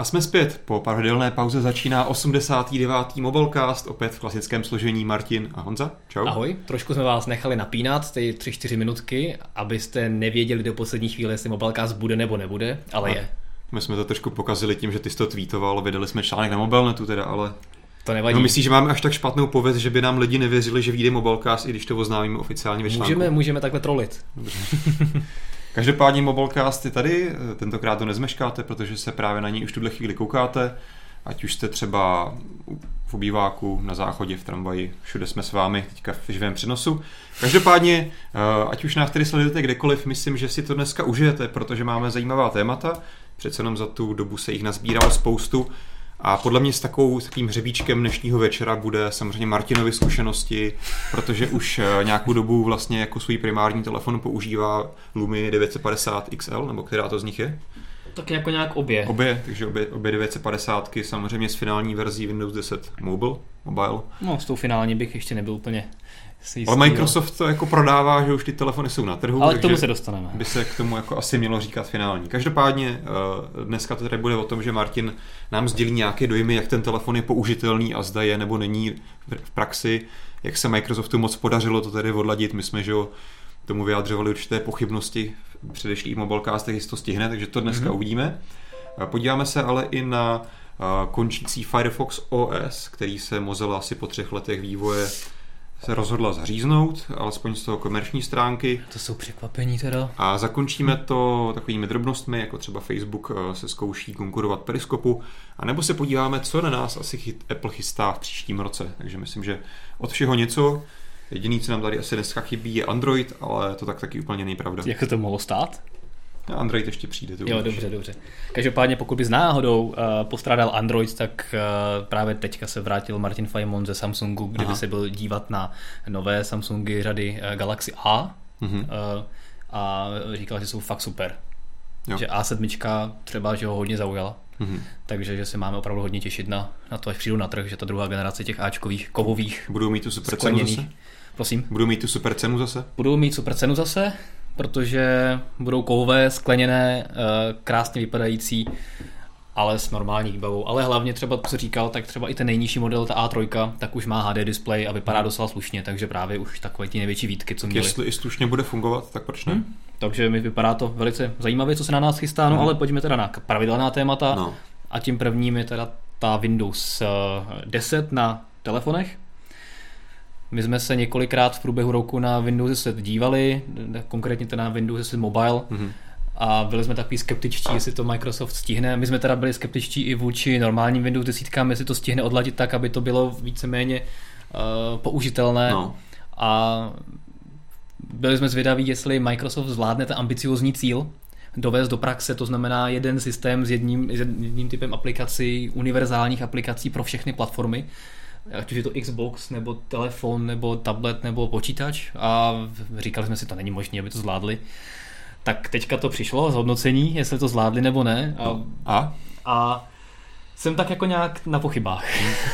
A jsme zpět. Po pravidelné pauze začíná 89. Mobilecast, opět v klasickém složení Martin a Honza. Čau. Ahoj, trošku jsme vás nechali napínat, ty 3-4 minutky, abyste nevěděli do poslední chvíle, jestli Mobilecast bude nebo nebude, ale je. My jsme to trošku pokazili tím, že ty jsi to tweetoval, vydali jsme článek na Mobilnetu teda, ale... To nevadí. No myslíš, že máme až tak špatnou pověst, že by nám lidi nevěřili, že vyjde Mobilecast, i když to oznámíme oficiálně ve článku? Můžeme takhle trolit. Dobře. Každopádně Mobilecast je tady, tentokrát to nezmeškáte, protože se právě na něj už tuhle chvíli koukáte, ať už jste třeba v obýváku, na záchodě, v tramvaji, všude jsme s vámi, teďka v živém přenosu. Každopádně, ať už nás tady sledujete kdekoliv, myslím, že si to dneska užijete, protože máme zajímavá témata, přece jenom za tu dobu se jich nazbíralo spoustu. A podle mě s takovým hřebíčkem dnešního večera bude samozřejmě Martinovy zkušenosti, protože už nějakou dobu vlastně jako svůj primární telefon používá Lumia 950 XL, nebo která to z nich je? Tak jako nějak obě. Takže obě 950 samozřejmě s finální verzí Windows 10 Mobile. No, s tou finální bych ještě nebyl úplně jistý. Ale Microsoft to jako prodává, že už ty telefony jsou na trhu. Ale k tomu se dostaneme. By se k tomu jako asi mělo říkat finální. Každopádně dneska to tady bude o tom, že Martin nám sdělí nějaké dojmy, jak ten telefon je použitelný a zda je nebo není v praxi, jak se Microsoftu moc podařilo to tady odladit. My jsme, že tomu vyjadřovali určité pochybnosti v předešlých Mobilecastech, jestli to stihne, takže to dneska uvidíme. Podíváme se ale i na končící Firefox OS, který se Mozilla asi po 3 letech vývoje se rozhodla zaříznout, alespoň z toho komerční stránky. To jsou překvapení teda. A zakončíme to takovými drobnostmi, jako třeba Facebook se zkouší konkurovat Periskopu, a nebo se podíváme, co na nás asi Apple chystá v příštím roce. Takže myslím, že od všeho něco. Jediný, co nám tady asi dneska chybí, je Android, ale to tak taky úplně není pravda. Jak to mohlo stát? Android ještě přijde. Jo, dobře. Každopádně, pokud bys náhodou postrádal Android, tak právě teďka se vrátil Martin Fajmon ze Samsungu, kde se byl dívat na nové Samsungy řady Galaxy A a říkal, že jsou fakt super. Jo. Že A7 třeba, že ho hodně zaujala. Takže že se máme opravdu hodně těšit na to, až přijdou na trh, že ta druhá generace těch Ačkových, kovových, budou mít tu super cenu zase? Prosím? Budou mít tu super cenu zase? Budou mít super cenu zase, protože budou kovové, skleněné, krásně vypadající, ale s normální výbavou. Ale hlavně třeba, co říkal, tak třeba i ten nejnižší model, ta A3, tak už má HD display a vypadá docela slušně, takže právě už takové ty největší výtky, co měli. Jestli i slušně bude fungovat, tak proč ne? Takže mi vypadá to velice zajímavě, co se na nás chystá, ale pojďme teda na pravidelná témata. A tím prvním je teda ta Windows 10 na telefonech. My jsme se několikrát v průběhu roku na Windows 10 dívali, konkrétně teda na Windows 10 Mobile, a byli jsme takový skeptičtí, jestli to Microsoft stihne. My jsme teda byli skeptičtí i vůči normálním Windows 10, jestli to stihne odladit tak, aby to bylo víceméně použitelné. No. A byli jsme zvědaví, jestli Microsoft zvládne ten ambiciozní cíl dovést do praxe, to znamená jeden systém s jedním typem aplikací, univerzálních aplikací pro všechny platformy, ať už je to Xbox, nebo telefon, nebo tablet, nebo počítač, a říkali jsme si, to není možné, aby to zvládli. Tak teďka to přišlo, zhodnocení, jestli to zvládli nebo ne. A jsem tak jako nějak na pochybách.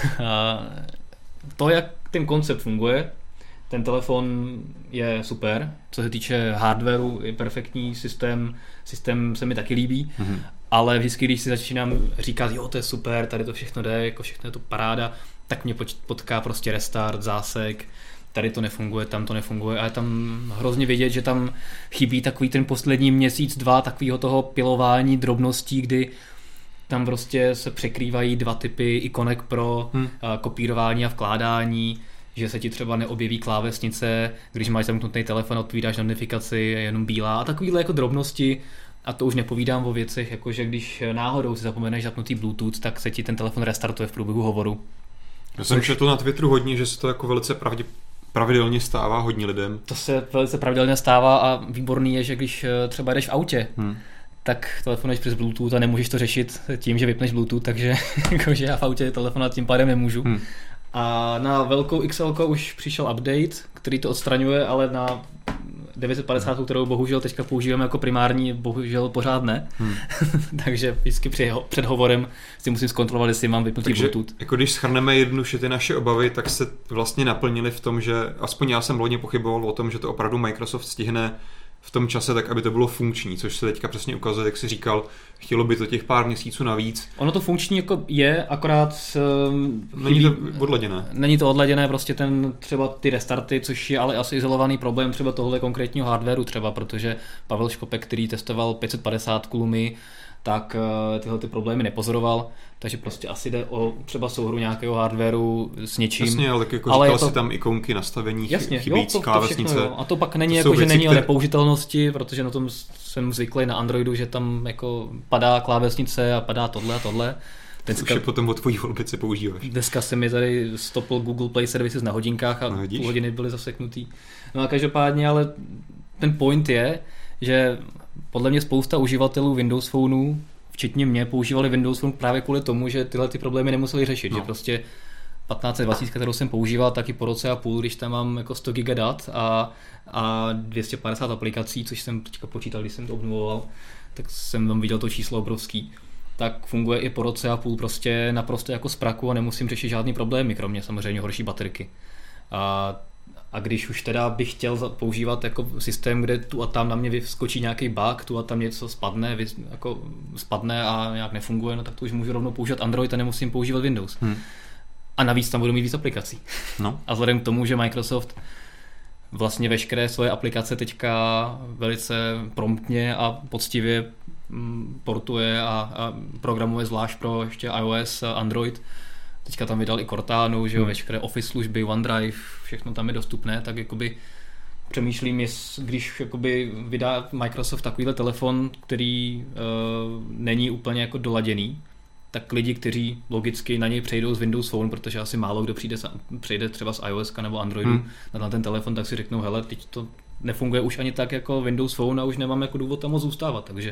To, jak ten koncept funguje, ten telefon je super, co se týče hardwareu, je perfektní systém se mi taky líbí, ale vždycky, když si začínám říkat, jo, to je super, tady to všechno jde, jako všechno je to paráda, tak mě potká prostě restart, zásek, tady to nefunguje, tam to nefunguje, a je tam hrozně vidět, že tam chybí takový ten poslední měsíc, 2 takového toho pilování drobností, kdy tam prostě se překrývají 2 typy ikonek pro kopírování a vkládání, že se ti třeba neobjeví klávesnice, když máš zamknutý telefon, otvíráš notifikaci, je jenom bílá, a takovýhle jako drobnosti. A to už nepovídám o věcech, jakože když náhodou si zapomeneš zapnutý Bluetooth, tak se ti ten telefon restartuje v průběhu hovoru. Já jsem četl na Twitteru hodně, že se to jako velice pravidelně stává hodně lidem. To se velice pravidelně stává, a výborný je, že když třeba jdeš v autě, tak telefonuješ přes Bluetooth a nemůžeš to řešit tím, že vypneš Bluetooth, takže jakože já v autě telefonovat tím pádem nemůžu. A na velkou XL už přišel update, který to odstraňuje, ale na 950, kterou bohužel teďka používáme jako primární, bohužel pořád ne. Takže vždycky před hovorem si musím zkontrolovat, jestli mám vypnutý Bluetooth. Jako když shrneme jednoduše ty naše obavy, tak se vlastně naplnili v tom, že aspoň já jsem loni pochyboval o tom, že to opravdu Microsoft stihne v tom čase tak, aby to bylo funkční, což se teďka přesně ukazuje, jak jsi říkal, chtělo by to těch pár měsíců navíc. Ono to funkční jako je, akorát není to odladěné. Není to odladěné, prostě třeba ty restarty, což je ale asi izolovaný problém třeba tohle konkrétního hardwareu třeba, protože Pavel Škopek, který testoval 550 Lumii, tak tyhle ty problémy nepozoroval, takže prostě asi jde o třeba souhru nějakého hardwareu s něčím. Jasně, ale tak jako říkal si tam ikonky nastavení, chybějící klávesnice. A to pak není jako, že není o nepoužitelnosti, protože na tom jsem zvyklý na Androidu, že tam jako padá klávesnice a padá tohle a tohle. Už je potom od tvojí volbice používáš. Dneska se mi tady stopl Google Play Services na hodinkách a půl hodiny byly zaseknutý. No a každopádně, ale ten point je, že podle mě spousta uživatelů Windows Phoneů, včetně mě, používali Windows Phone právě kvůli tomu, že tyhle ty problémy nemuseli řešit, že prostě 1520, kterou jsem používal, taky po roce a půl, když tam mám jako 100 GB dat a 250 aplikací, což jsem teďka počítal, když jsem to obnovoval, tak jsem tam viděl to číslo obrovský. Tak funguje i po roce a půl prostě naprosto jako z praku a nemusím řešit žádný problémy, kromě samozřejmě horší baterky. A když už teda bych chtěl používat jako systém, kde tu a tam na mě vyskočí nějaký bug, tu a tam něco spadne a nějak nefunguje, no tak to už můžu rovnou používat Android a nemusím používat Windows. A navíc tam budu mít víc aplikací. No. A vzhledem k tomu, že Microsoft vlastně veškeré svoje aplikace teďka velice promptně a poctivě portuje a programuje zvlášť pro ještě iOS a Android. Teďka tam vydal i Cortanu, že jo, veškeré Office služby, OneDrive, všechno tam je dostupné, tak jakoby přemýšlím, když jakoby vydá Microsoft takovýhle telefon, který není úplně jako doladěný, tak lidi, kteří logicky na něj přejdou z Windows Phone, protože asi málo kdo přejde třeba z iOS nebo Androidu na ten telefon, tak si řeknou, hele, teď to nefunguje už ani tak jako Windows Phone a už nemám jako důvod tam zůstávat, takže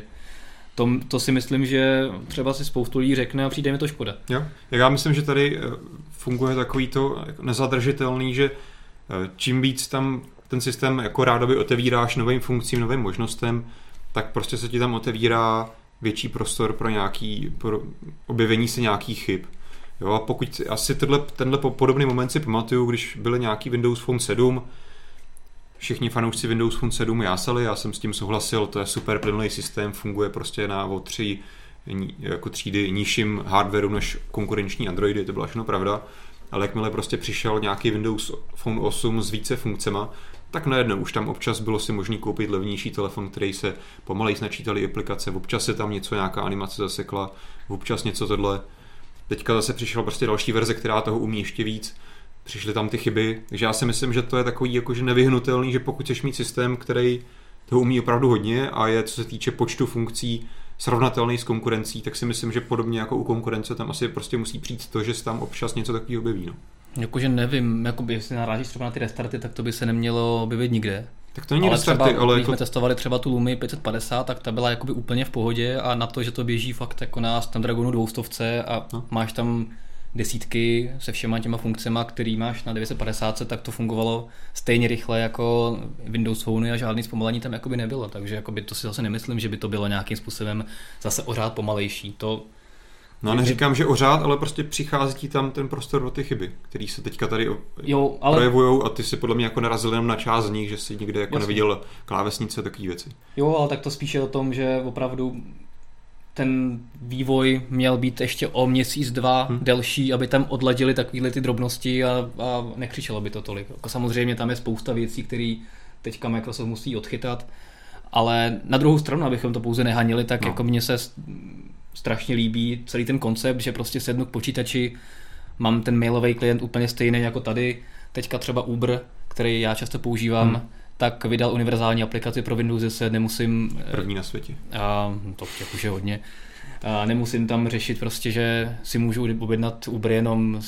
to si myslím, že třeba si spoustu lidí řekne a přijde mi to škoda. Jo. Já myslím, že tady funguje takový to nezadržitelný, že čím víc tam ten systém jako rádoby otevíráš novým funkcím, novým možnostem, tak prostě se ti tam otevírá větší prostor pro objevení se nějakých chyb. Jo, a pokud asi tenhle podobný moment si pamatuju, když byl nějaký Windows Phone 7, všichni fanoušci Windows Phone 7 jásali, já jsem s tím souhlasil, to je super plynulý systém, funguje prostě o 3 jako třídy nižším hardwareu než konkurenční Androidy, to byla všechno pravda, ale jakmile prostě přišel nějaký Windows Phone 8 s více funkcema, tak najednou už tam občas bylo si možný koupit levnější telefon, který se pomaleji načítaly aplikace, občas se tam nějaká animace zasekla, občas něco tohle. Teďka zase přišla prostě další verze, která toho umí ještě víc. Přišly tam ty chyby, takže já si myslím, že to je takový jakože nevyhnutelný, že pokud chceš mít systém, který toho umí opravdu hodně a je, co se týče počtu funkcí, srovnatelný s konkurencí, tak si myslím, že podobně jako u konkurence tam asi prostě musí přijít to, že se tam občas něco takového objeví. No. Jakože nevím, jestli narážíš třeba na ty restarty, tak to by se nemělo objevit nikde. Tak to není restarty, ale když jsme testovali třeba tu Lumii 550, tak ta byla jakoby úplně v pohodě a na to, že to běží fakt jako na Snapdragonu 200 a máš tam desítky se všema těma funkcema, který máš na 950, tak to fungovalo stejně rychle jako Windows Phone a žádný zpomalení tam jakoby nebylo, takže jakoby to si zase nemyslím, že by to bylo nějakým způsobem zase o řád pomalejší. No neříkám, že o řád, ale prostě přichází ti tam ten prostor do ty chyby, který se teďka tady projevujou a ty si podle mě jako narazil jenom na část z nich, že si nikde jako neviděl klávesnice a takové věci. Jo, ale tak to spíše o tom, že opravdu ten vývoj měl být ještě o měsíc, dva delší, aby tam odladili takovýhle ty drobnosti a nekřičelo by to tolik. Jako samozřejmě tam je spousta věcí, které teďka Microsoft musí odchytat, ale na druhou stranu, abychom to pouze nehanili, tak jako mně se strašně líbí celý ten koncept, že prostě sednu k počítači, mám ten mailový klient úplně stejný jako tady, teďka třeba Uber, který já často používám, tak vydal univerzální aplikaci pro Windows 10, nemusím... První na světě. To těch už je hodně. Nemusím tam řešit prostě, že si můžu objednat Uber jenom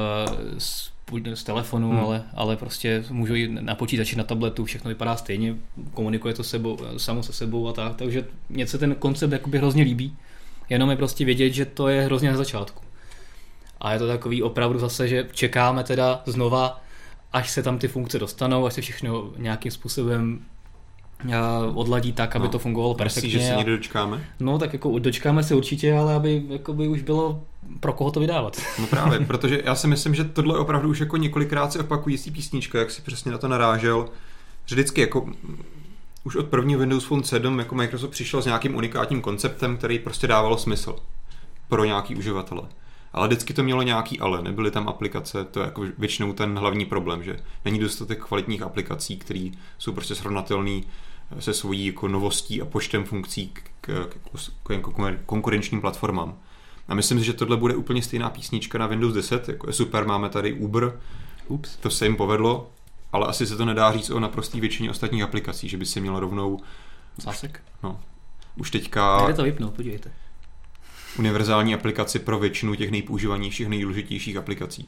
z telefonu, ale prostě můžu jít na počítači, na tabletu, všechno vypadá stejně, komunikuje to samo se sebou a tak, takže mně se ten koncept jakoby hrozně líbí, jenom je prostě vědět, že to je hrozně na začátku. A je to takový opravdu zase, že čekáme teda znova, až se tam ty funkce dostanou, až se všechno nějakým způsobem odladí tak, aby to fungovalo perfektně. Myslíš, že se někdy dočkáme? No tak jako dočkáme se určitě, ale aby jakoby už bylo pro koho to vydávat. No právě, protože já si myslím, že tohle opravdu už jako několikrát se opakující písnička, jak si přesně na to narážel, že vždycky jako už od prvního Windows Phone 7 jako Microsoft přišel s nějakým unikátním konceptem, který prostě dávalo smysl pro nějaký uživatele. Ale vždycky to mělo nějaký ale, nebyly tam aplikace, to je jako většinou ten hlavní problém, že není dostatek kvalitních aplikací, které jsou prostě srovnatelné se svojí jako novostí a počtem funkcí k konkurenčním platformám. A myslím si, že tohle bude úplně stejná písnička na Windows 10, jako je super, máme tady Uber, to se jim povedlo, ale asi se to nedá říct o naprostý většině ostatních aplikací, že by si měla rovnou... Zásek? No, už teďka... Kde to vypnout, podívejte. Univerzální aplikaci pro většinu těch nejpoužívanějších, nejdůležitějších aplikací.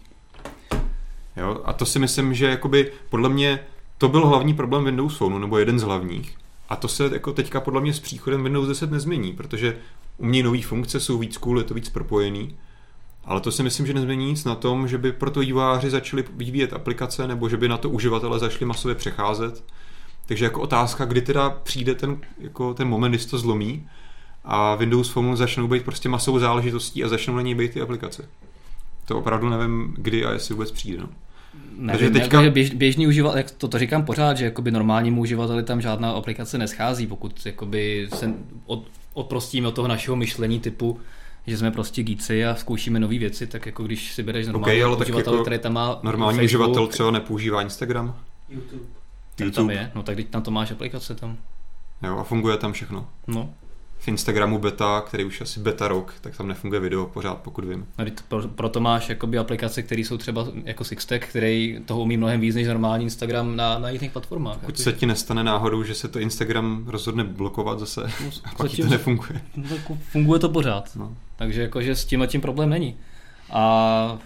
Jo? A to si myslím, že jakoby podle mě to byl hlavní problém Windows Phone, nebo jeden z hlavních. A to se jako teďka podle mě s příchodem Windows 10 nezmění, protože u mě nový funkce jsou víc cool, je to víc propojený. Ale to si myslím, že nezmění nic na tom, že by proto vývojáři začali vyvíjet aplikace, nebo že by na to uživatelé začali masově přecházet. Takže jako otázka, kdy teda přijde ten moment, kdy se to zlomí a Windows Phone začnou být prostě masovou záležitostí a začnou na něj být ty aplikace. To opravdu nevím, kdy a jestli vůbec přijde. No. Nevím, teďka... běžný uživatel, jak to říkám pořád, že jakoby normálnímu uživateli tam žádná aplikace neschází, pokud jakoby se odprostíme od toho našeho myšlení typu, že jsme prostě geeci a zkoušíme nové věci, tak jako když si bereš normální uživatel, jako který tam má normální Facebook, uživatel třeba nepoužívá Instagram? YouTube. Tam je, no tak teď tam to máš aplikace tam. Jo, a funguje tam všechno. No. V Instagramu beta, který už asi beta rok, tak tam nefunguje video pořád, pokud vím. No, proto máš jakoby aplikace, které jsou třeba jako Sixtech, který toho umí mnohem víc než normální Instagram na jiných platformách. Pokud se ti nestane náhodou, že se to Instagram rozhodne blokovat zase, a pak to nefunguje. No, funguje to pořád. No. Takže jakože s tím problém není. A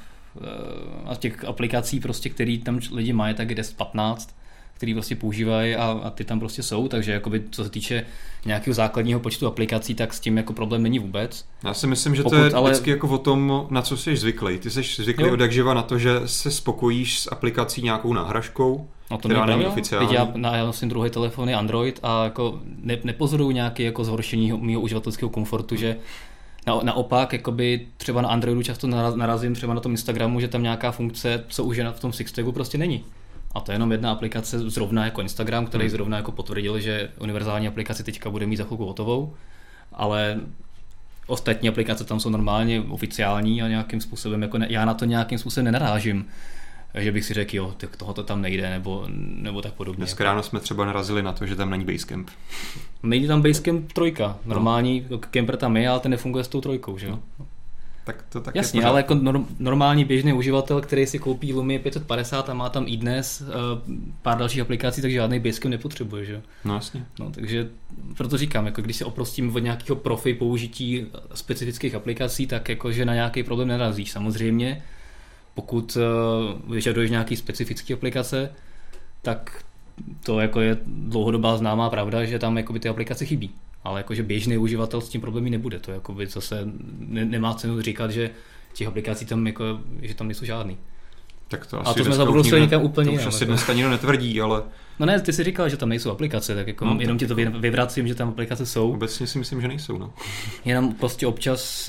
těch aplikací, prostě, který tam lidi mají, tak je 10-15, který prostě používají a ty tam prostě jsou, takže jakoby, co se týče nějakého základního počtu aplikací, tak s tím jako problém není vůbec. Já si myslím, že to je vždycky jako o tom, na co jsi zvyklý. Ty jsi zvyklý od jak živa na to, že se spokojíš s aplikací nějakou náhražkou, no to která není oficiální. Já nosím druhý telefon je Android a jako nepozoruju nějaké jako zhoršení mého uživatelského komfortu, že naopak, jakoby třeba na Androidu často narazím třeba na tom Instagramu, že tam nějaká funkce, co už je v tom Sixtegu, prostě není. A to je jenom jedna aplikace zrovna jako Instagram, který zrovna jako potvrdil, že univerzální aplikaci teďka bude mít za chvilku hotovou, ale ostatní aplikace tam jsou normálně oficiální a nějakým způsobem, jako já na to nějakým způsobem nenarážím, že bych si řekl, jo, tak tohoto tam nejde, nebo tak podobně. Dneska ráno jsme třeba narazili na to, že tam není Basecamp. Nejde tam Basecamp 3, normální camper tam je, ale ten nefunguje s tou 3, že jo? Tak to tak jasně, ale jako normální běžný uživatel, který si koupí Lumia 550 a má tam iDnes, pár dalších aplikací, tak žádný Basecamp nepotřebuje, že? No jasně. No, takže proto říkám, jako když se oprostím od nějakého profi použití specifických aplikací, tak jakože na nějaký problém nenarazíš. Samozřejmě, pokud vyžaduješ nějaký specifický aplikace, tak to jako je dlouhodobá známá pravda, že tam jakoby ty aplikace chybí. Ale jakože běžný uživatel s tím problémy nebude. To jakoby zase nemá cenu říkat, že těch aplikací tam jako, že tam nejsou žádný. Tak to asi a to jsme zabudli někam úplně. To už asi dneska nikdo netvrdí, ale... No ne, ty si říkal, že tam nejsou aplikace, tak jako jenom ti to vyvracím, že tam aplikace jsou. Obecně si myslím, že nejsou, no. Jenom prostě občas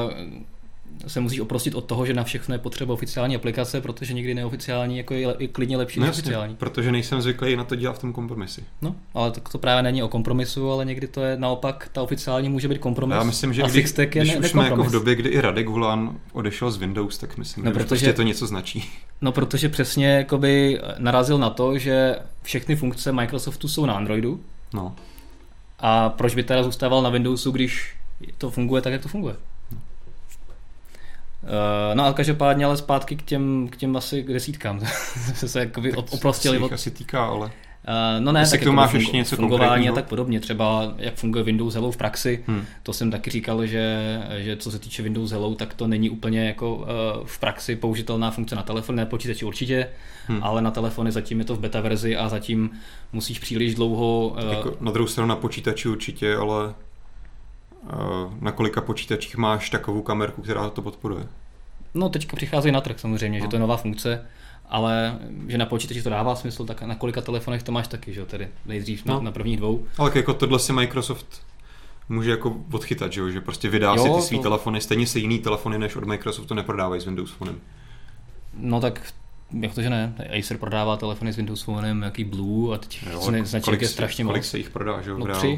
se musíš oprostit od toho, že na všechno je potřeba oficiální aplikace, protože někdy neoficiální jako je klidně lepší než oficiální. Protože nejsem zvyklý na to dělat v tom kompromisu. No, ale to právě není o kompromisu, ale někdy to je naopak, ta oficiální může být kompromis. Já myslím, že když už jsme jako v době, kdy i Radek Hulán odešel z Windows, tak myslím, že prostě to něco značí. No, protože přesně jakoby narazil na to, že všechny funkce Microsoftu jsou na Androidu. No. A proč by teda zůstával na Windowsu, když to funguje tak, jak to funguje? No a každopádně ale zpátky k těm asi desítkám. se jakoby oprostili. To se asi týká, ale... No ne, tak to máš ještě něco fungování a tak podobně. Třeba jak funguje Windows Hello v praxi. To jsem taky říkal, že co se týče Windows Hello, tak to není úplně jako v praxi použitelná funkce na telefon, na počítači určitě, ale na telefony zatím je to v beta verzi a zatím musíš příliš dlouho... Jako na druhou stranu na počítači určitě, ale na kolika počítačích máš takovou kamerku, která to podporuje? No teďka přicházejí na trh samozřejmě, že to je nová funkce, ale že na počítači to dává smysl, tak na kolika telefonech to máš taky, že tedy nejdřív na prvních 2. Ale jako tohle si Microsoft může jako odchytat, že prostě vydá si ty svý telefony, stejně se jiný telefony než od Microsoftu neprodávají s Windows Phonem. No tak Jak to, že ne? Acer prodává telefony s Windows Phonem, jaký Blue a teď značek je strašně moc. Kolik se jich prodá, že jo? No 3.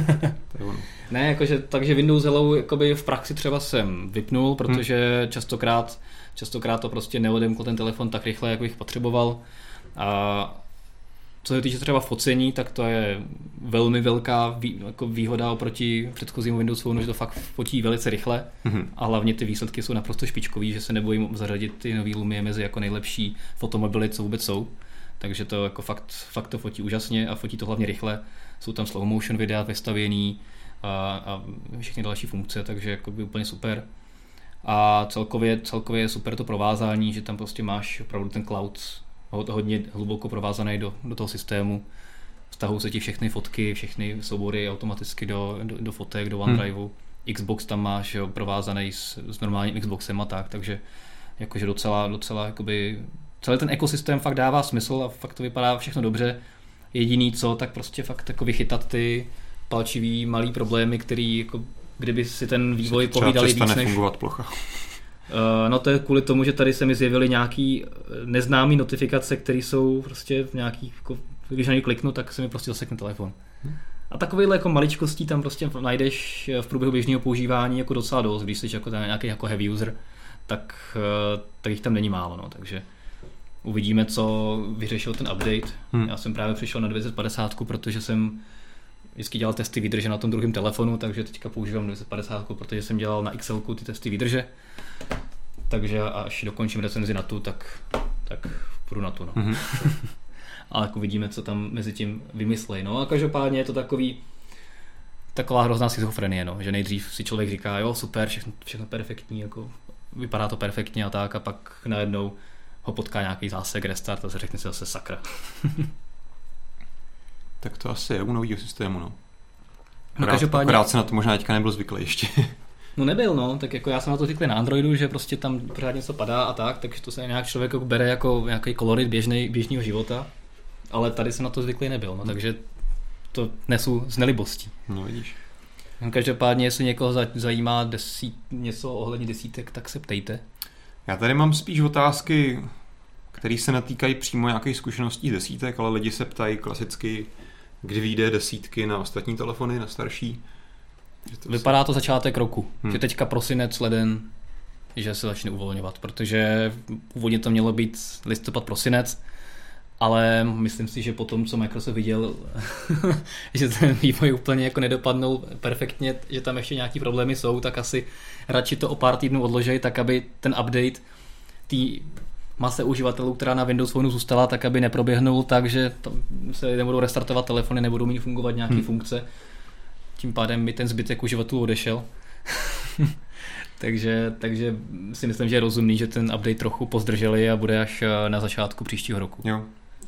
Ne, jakože, takže Windows Hello jakoby v praxi třeba jsem vypnul, protože častokrát to prostě neodemkl ten telefon tak rychle, jak bych potřeboval. A co se týče třeba focení, tak to je velmi velká jako výhoda oproti předchozímu Windows Phoneu, že to fakt fotí velice rychle a hlavně ty výsledky jsou naprosto špičkový, že se nebojím zařadit ty nový Lumie mezi jako nejlepší fotomobily, co vůbec jsou. Takže to jako fakt to fotí úžasně a fotí to hlavně rychle. Jsou tam slow motion videa vystavěný a všechny další funkce, takže jako by úplně super. A celkově je super to provázání, že tam prostě máš opravdu ten cloud hodně hluboko provázaný do toho systému. Vztahují se ti všechny fotky, všechny soubory automaticky do fotek, do OneDriveu. Xbox tam máš jo, provázaný s normálním Xboxem a tak, takže jakože docela jakoby, celý ten ekosystém fakt dává smysl a fakt to vypadá všechno dobře. Jediný co, tak prostě fakt jako vychytat ty palčivý malý problémy, který jako, kdyby si ten vývoj povídali víc než... fungovat plocha. No to je kvůli tomu, že tady se mi zjevily nějaký neznámý notifikace, které jsou prostě v nějaký, jako, když na ně kliknu, tak se mi prostě zasekne telefon. A takovýhle jako maličkostí tam prostě najdeš v průběhu běžného používání jako docela dost, když jsi jako nějaký jako heavy user, tak jich tam není málo, no, takže uvidíme, co vyřešil ten update. Já jsem právě přišel na 250, protože jsem vždycky dělal testy výdrže na tom druhém telefonu, takže teďka používám 250, protože jsem dělal na XL-ku ty testy výdrže. Takže až dokončím recenzi na tu, tak půjdu na tu. No. Ale jako vidíme, co tam mezi tím vymyslej. No a každopádně je to taková hrozná schizofrenie, no, že nejdřív si člověk říká, jo super, všechno perfektní, jako vypadá to perfektně a tak, a pak najednou ho potká nějaký zásek, restart a se řekne si zase sakra. Tak to asi je u nového systému, no. Akorát se na to možná teďka nebyl zvyklý ještě. No nebyl, no, tak jako já jsem na to zvyklý na Androidu, že prostě tam pořád něco padá a tak, takže to se nějak člověk bere jako nějaký kolorit běžného života, ale tady jsem na to zvyklý nebyl, no, takže to nesu z nelibostí. No vidíš. Každopádně, jestli někoho zajímá něco ohledně desítek, tak se ptejte. Já tady mám spíš otázky, které se netýkají přímo nějakých zkušeností desítek, ale lidi se ptají klasicky, kdy vyjde desítky na ostatní telefony, na starší. Vypadá to začátek roku, že teďka prosinec, leden, že se začne uvolňovat, protože původně to mělo být listopad, prosinec, ale myslím si, že po tom, co Microsoft viděl, že ten vývoj úplně jako nedopadnul perfektně, že tam ještě nějaký problémy jsou, tak asi radši to o pár týdnů odložej, tak aby ten update té mase uživatelů, která na Windows Phoneu zůstala, tak aby neproběhnul tak, že se nebudou restartovat telefony, nebudou mít fungovat nějaké funkce. Tím pádem mi ten zbytek uživatelů odešel. takže si myslím, že je rozumný, že ten update trochu pozdrželi a bude až na začátku příštího roku. Jo.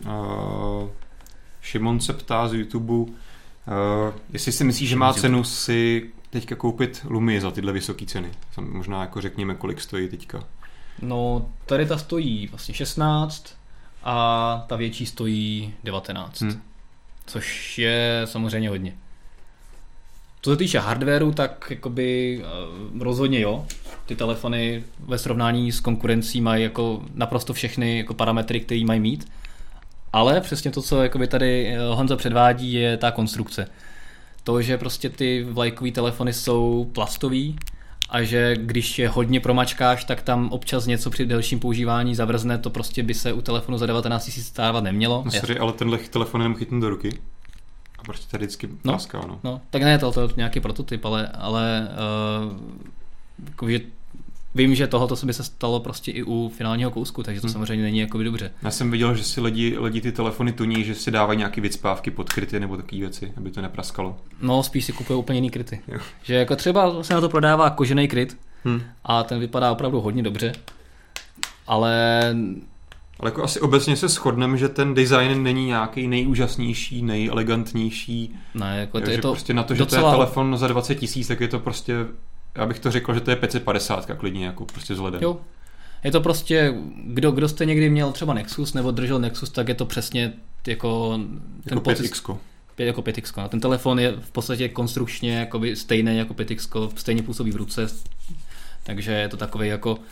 Šimon se ptá z YouTube, jestli si myslíš, že má cenu si teďka koupit Lumii za tyhle vysoké ceny. Možná jako řekněme, kolik stojí teďka. No, tady ta stojí vlastně 16 a ta větší stojí 19. Což je samozřejmě hodně. Co se týče hardwareu, tak jakoby rozhodně jo. Ty telefony ve srovnání s konkurencí mají jako naprosto všechny jako parametry, které mají mít. Ale přesně to, co jakoby tady Honza předvádí, je ta konstrukce. To, že prostě ty vlajkové telefony jsou plastový a že když je hodně promačkáš, tak tam občas něco při delším používání zavrzne, to prostě by se u telefonu za 19 000 stávat nemělo. No sorry, ale tenhle telefon jenom chytnu do ruky. A prostě tady vždycky plaská, no. No, tak ne, to je nějaký prototyp, ale jakože vím, že tohoto by se stalo prostě i u finálního kousku, takže to samozřejmě není jakoby dobře. Já jsem viděl, že si lidi ty telefony tuní, že si dávají nějaký vycpávky pod kryty nebo takové věci, aby to nepraskalo. No, spíš si kupují úplně jiný kryty. Jo. Že jako třeba se na to prodává kožený kryt a ten vypadá opravdu hodně dobře, ale jako asi obecně se shodneme, že ten design není nějaký nejúžasnější, nejelegantnější. Ne, jako to je to prostě na to, že to je telefon za 20 000, tak je to prostě, já bych to řekl, že to je 550 klidně, jako prostě vzhledem. Jo. Je to prostě, kdo jste někdy měl třeba Nexus nebo držel Nexus, tak je to přesně jako ten 5X. Jako 5X. Ten telefon je v podstatě konstrukčně stejný jako 5X, stejně působí v ruce, takže je to takový jako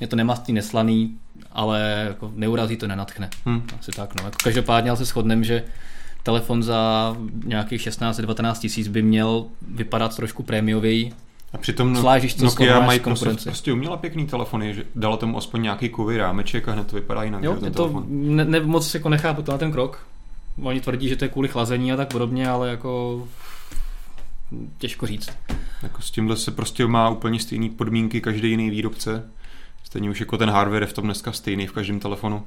Je to nemastný, neslaný, ale jako neurazí to, nenatchne. Asi tak, no. Jako každopádně ale se shodneme, že telefon za nějakých 16-19 tisíc by měl vypadat trošku prémiověji. A přitom Nokia a Microsoft prostě uměla pěkný telefony, že dala tomu aspoň nějaký kovy rámeček a hned to vypadá jinak. Jo, to moc jako nechápu to na ten krok. Oni tvrdí, že to je kvůli chlazení a tak podobně, ale jako těžko říct. Jako s tímhle se prostě má úplně stejné podmínky každý jiný výrobce. Stejně už jako ten hardware je v tom dneska stejný v každém telefonu.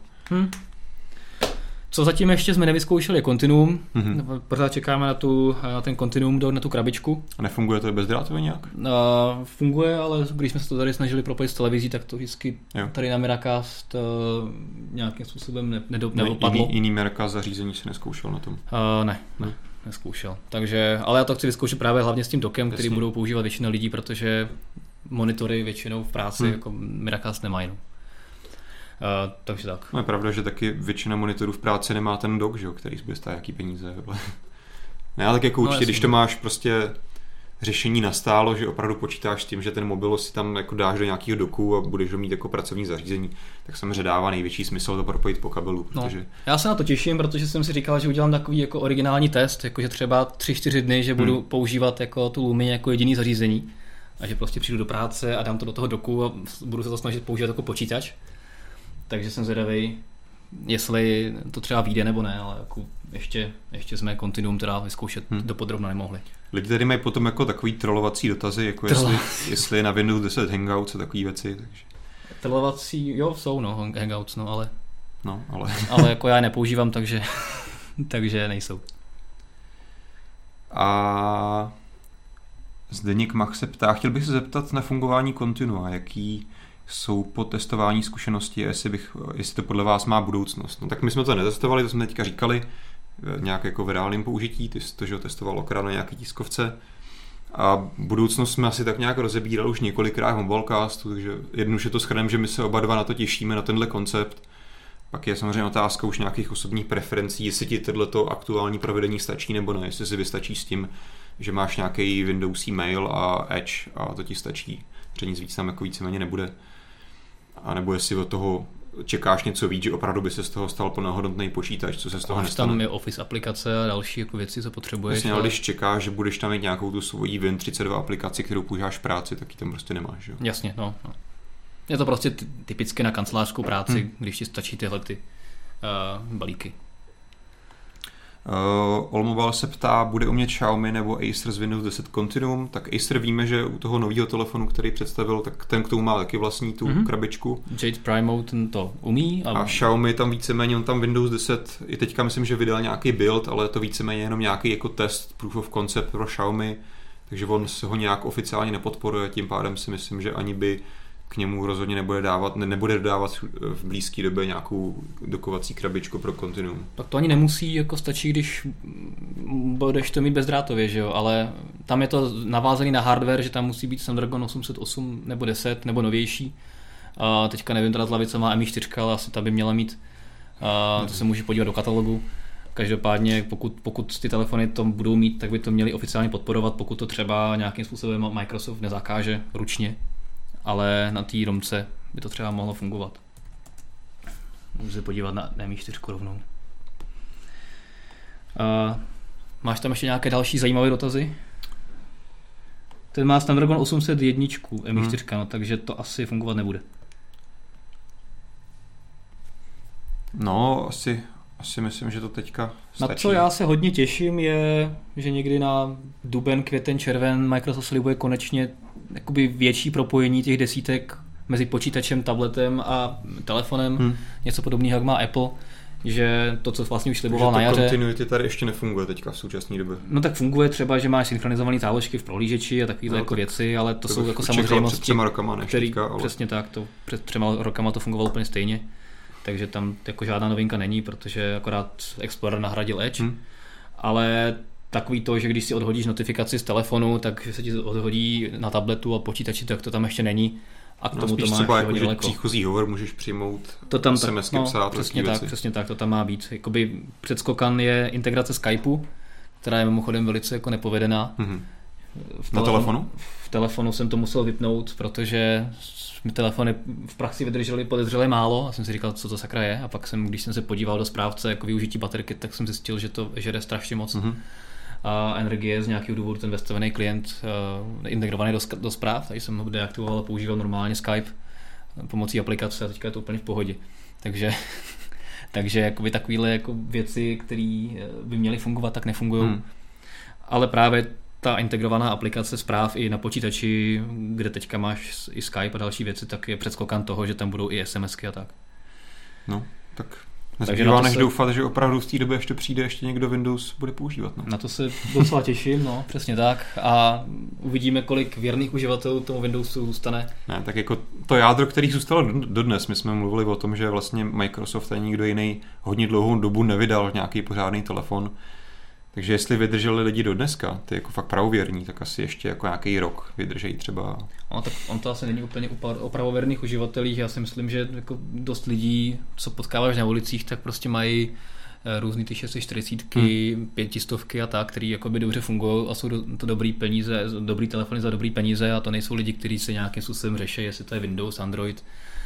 Co zatím ještě jsme nevyzkoušeli je Continuum. Pořád čekáme na ten Continuum, na tu krabičku. A nefunguje to bezdrátově nějak? Funguje, ale když jsme se to tady snažili propojit s televizí, tak to vždycky tady na Miracast nějakým způsobem nedopadlo. Jiný Miracast zařízení si neskoušel na tom? Ne, neskoušel. Takže, ale já to chci vyzkoušet právě hlavně s tím dokem, který budou používat většina lidí, protože monitory většinou v práci jako Miracast nemají. Takže tak. No je pravda, že taky většina monitorů v práci nemá ten dock, že, který bude stát jaký peníze. Ne, ale tak jako určitě, když to máš prostě řešení nastálo, že opravdu počítáš s tím, že ten mobil si tam jako dáš do nějakého doku a budeš ho mít jako pracovní zařízení, tak samozřejmě dává největší smysl to propojit po kabelu. Protože... Já se na to těším, protože jsem si říkal, že udělám takový jako originální test, jakože třeba 3-4 dny, že budu používat jako tu Lumii jako jediný zařízení a že prostě přijdu do práce a dám to do toho doku a budu se to snažit používat jako počítač. Takže jsem zvědavý, jestli to třeba vyjde nebo ne, ale jako ještě jsme Continuum teda vyzkoušet dopodrobna nemohli. Lidi tady mají potom jako takový trolovací dotazy, jako jestli je na Windows 10 Hangouts a takové věci. Takže... Trolovací, jo, jsou Hangouts, ale jako já nepoužívám, takže nejsou. A Zdeněk Mach se ptá, chtěl bych se zeptat na fungování Continua, jaký jsou po testování zkušenosti, jestli to podle vás má budoucnost. No tak my jsme to netestovali, to jsme teďka říkali, nějak jako v reálném použití, ty jsi to, že testoval okrát na nějaké tiskovce. A budoucnost jsme asi tak nějak rozebírali už několikrát v Mobilecastu, takže jednoduše to shrneme, že my se oba dva na to těšíme, na tenhle koncept. Pak je samozřejmě otázka už nějakých osobních preferencí, jestli ti tohleto aktuální provedení stačí nebo ne, jestli si vystačí s tím, že máš nějaký Windowsí mail a Edge a to ti stačí, že nic víc tam jako víceméně nebude. A nebo jestli od toho čekáš něco víc, že opravdu by se z toho stal plnohodnotný počítač, co se z toho nestane. Tam je Office aplikace a další jako věci, co potřebuješ. Vlastně, ale když čekáš, že budeš tam mít nějakou tu svoji Win32 aplikaci, kterou používáš v práci, tak ji tam prostě nemáš. Že? Jasně, no. Je to prostě typicky na kancelářskou práci, když ti stačí tyhle balíky. Allmobile se ptá, bude umět Xiaomi nebo Acer z Windows 10 Continuum, tak Acer víme, že u toho nového telefonu, který představil, tak ten k tomu má taky vlastní tu krabičku. Jade Primo ten to umí. A Xiaomi tam víceméně, on tam Windows 10, i teďka myslím, že vydal nějaký build, ale je to víceméně jenom nějaký jako test, proof of concept pro Xiaomi, takže on se ho nějak oficiálně nepodporuje, tím pádem si myslím, že ani by k němu rozhodně nebude dodávat v blízké době nějakou dokovací krabičku pro Continuum. Tak to ani nemusí, jako stačí, když budeš to mít bezdrátově, že jo, ale tam je to navázaný na hardware, že tam musí být Snapdragon 808 nebo 10 nebo novější. A teďka nevím teda z hlavy, co má Mi4, ale asi ta by měla mít. To se může podívat do katalogu. Každopádně, pokud ty telefony to budou mít, tak by to měli oficiálně podporovat, pokud to třeba nějakým způsobem Microsoft nezakáže ručně. Ale na té romce by to třeba mohlo fungovat. Můžu se podívat na Mi4 rovnou. Máš tam ještě nějaké další zajímavé dotazy? Ten má Snapdragon 801 Mi4, no, takže to asi fungovat nebude. No, asi myslím, že to teďka stačí. Na co já se hodně těším je, že někdy na duben, květen, červen Microsoft slibuje konečně jakoby větší propojení těch desítek mezi počítačem, tabletem a telefonem. Něco podobného, jak má Apple, že to, co vlastně už sliboval na jaře. Continuity tady ještě nefunguje teďka v současné době. No tak funguje třeba, že máš synchronizované záložky v prohlížeči a takovýhle jako věci, ale to jsou jako samozřejmosti. Před 3 rokama Přesně tak, před 3 rokama to fungovalo úplně stejně. Takže tam jako žádná novinka není, protože akorát Explorer nahradil Edge. Ale takový to, že když si odhodíš notifikaci z telefonu, tak se ti odhodí na tabletu a počítači, tak to tam ještě není. A k tomu to máš třeba jako, že příchozí hovor můžeš přijmout, to tam SMSky psát. Přesně tak, to tam má být. Jakoby předskokan je integrace Skypeu, která je mimochodem velice jako nepovedená. Na telefonu? V telefonu jsem to musel vypnout, protože telefony v praxi vydržely podezřelé málo a jsem si říkal, co to sakra je. A pak když jsem se podíval do správce jako využití baterky, tak jsem zjistil, že to žere strašně moc a energie z nějakého důvodu ten vestavený klient integrovaný do zpráv, takže jsem ho deaktivoval a používal normálně Skype pomocí aplikace a teďka je to úplně v pohodě. Takže jakoby takovéhle jako věci, které by měly fungovat, tak nefungují. Ale právě ta integrovaná aplikace zpráv i na počítači, kde teďka máš i Skype a další věci, tak je předskokan toho, že tam budou i SMSky a tak. No, tak nezbývá než doufat, že opravdu v té době ještě přijde ještě někdo Windows bude používat. No. Na to se docela těším, no, přesně tak. A uvidíme, kolik věrných uživatelů tomu Windowsu zůstane. Ne, tak jako to jádro, který zůstalo dodnes, my jsme mluvili o tom, že vlastně Microsoft a nikdo jiný hodně dlouhou dobu nevydal nějaký pořádný telefon. Takže jestli vydrželi lidi do dneska, ty jako fakt pravověrní, tak asi ještě jako nějaký rok vydržejí třeba. No, tak on to asi není úplně o pravověrných uživatelích. Já si myslím, že jako dost lidí, co potkáváš na ulicích, tak prostě mají různý ty 640, 500 a tak, který jakoby dobře fungují a jsou to dobrý peníze, dobrý telefony za dobrý peníze a to nejsou lidi, kteří se nějakým způsobem řeší, jestli to je Windows, Android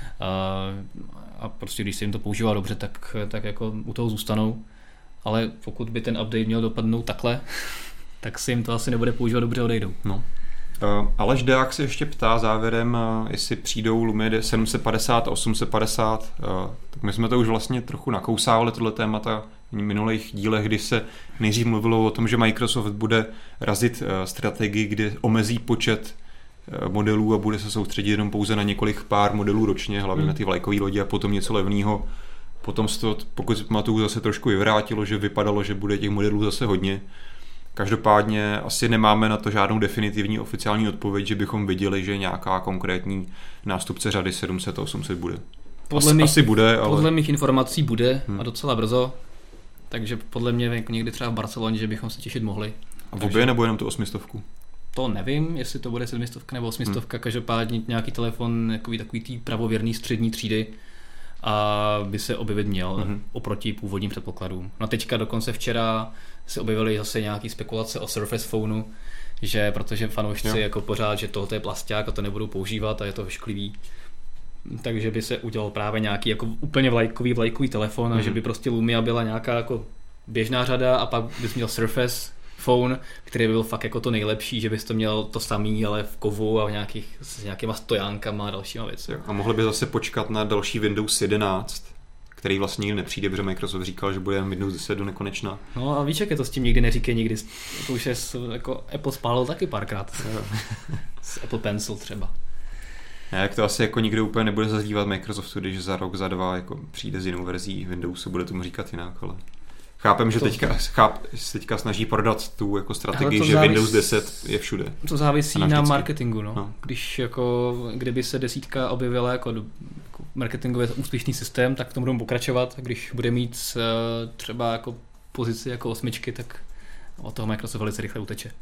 a prostě když se jim to používá dobře, tak jako u toho zůstanou. Ale pokud by ten update měl dopadnout takhle, tak si jim to asi nebude používat dobře, odejdou. No. Aleš Deák se ještě ptá závěrem, jestli přijdou Lumie 750 a 850. Tak my jsme to už vlastně trochu nakousávali, tohle témata v minulých dílech, kdy se nejdřív mluvilo o tom, že Microsoft bude razit strategii, kdy omezí počet modelů a bude se soustředit jenom pouze na několik pár modelů ročně, hlavně na ty vlajkové lodi a potom něco levného. Potom se to, pokud si pamatuju, zase trošku vyvrátilo, že vypadalo, že bude těch modelů zase hodně. Každopádně asi nemáme na to žádnou definitivní oficiální odpověď, že bychom viděli, že nějaká konkrétní nástupce řady 700 a 800 bude. Asi bude, ale... Podle mých informací bude a docela brzo. Takže podle mě jako někdy třeba v Barceloně, že bychom se těšit mohli. A v obě nebo jenom tu 800? To nevím, jestli to bude 700 nebo 800. Každopádně nějaký telefon takový tý pravověrný střední třídy a by se objevit měl oproti původním předpokladům. No teďka dokonce včera se objevily zase nějaký spekulace o Surface Phoneu, že protože fanoušci jako pořád, že tohle je plasťák a to nebudou používat a je to vyšklivý. Takže by se udělal právě nějaký jako úplně vlajkový telefon a že by prostě Lumia byla nějaká jako běžná řada a pak bys měl Surface Phone, který by byl fakt jako to nejlepší, že bys to měl to samý, ale v kovu a s nějakýma stojánkama a dalšíma věci. A mohli by zase počkat na další Windows 11, který vlastně nikdy nepřijde, protože Microsoft říkal, že bude Windows 10 do nekonečna. No a víš, jak je to s tím nikdy neříkej nikdy. To už je jako Apple spálil taky párkrát. S Apple Pencil třeba. Jak to asi jako nikdo úplně nebude zaznívat Microsoftu, když za rok, za dva jako přijde s jinou verzí Windowsu, bude tomu říkat jinak, ale... Chápem, že teďka snaží prodat tu jako strategii, že Windows 10 je všude. To závisí na marketingu, no. Když jako, kdyby se 10 objevila jako marketingově úspěšný systém, tak v tom budou pokračovat. Když bude mít třeba jako pozici jako 8, tak od toho Microsoft velice rychle uteče.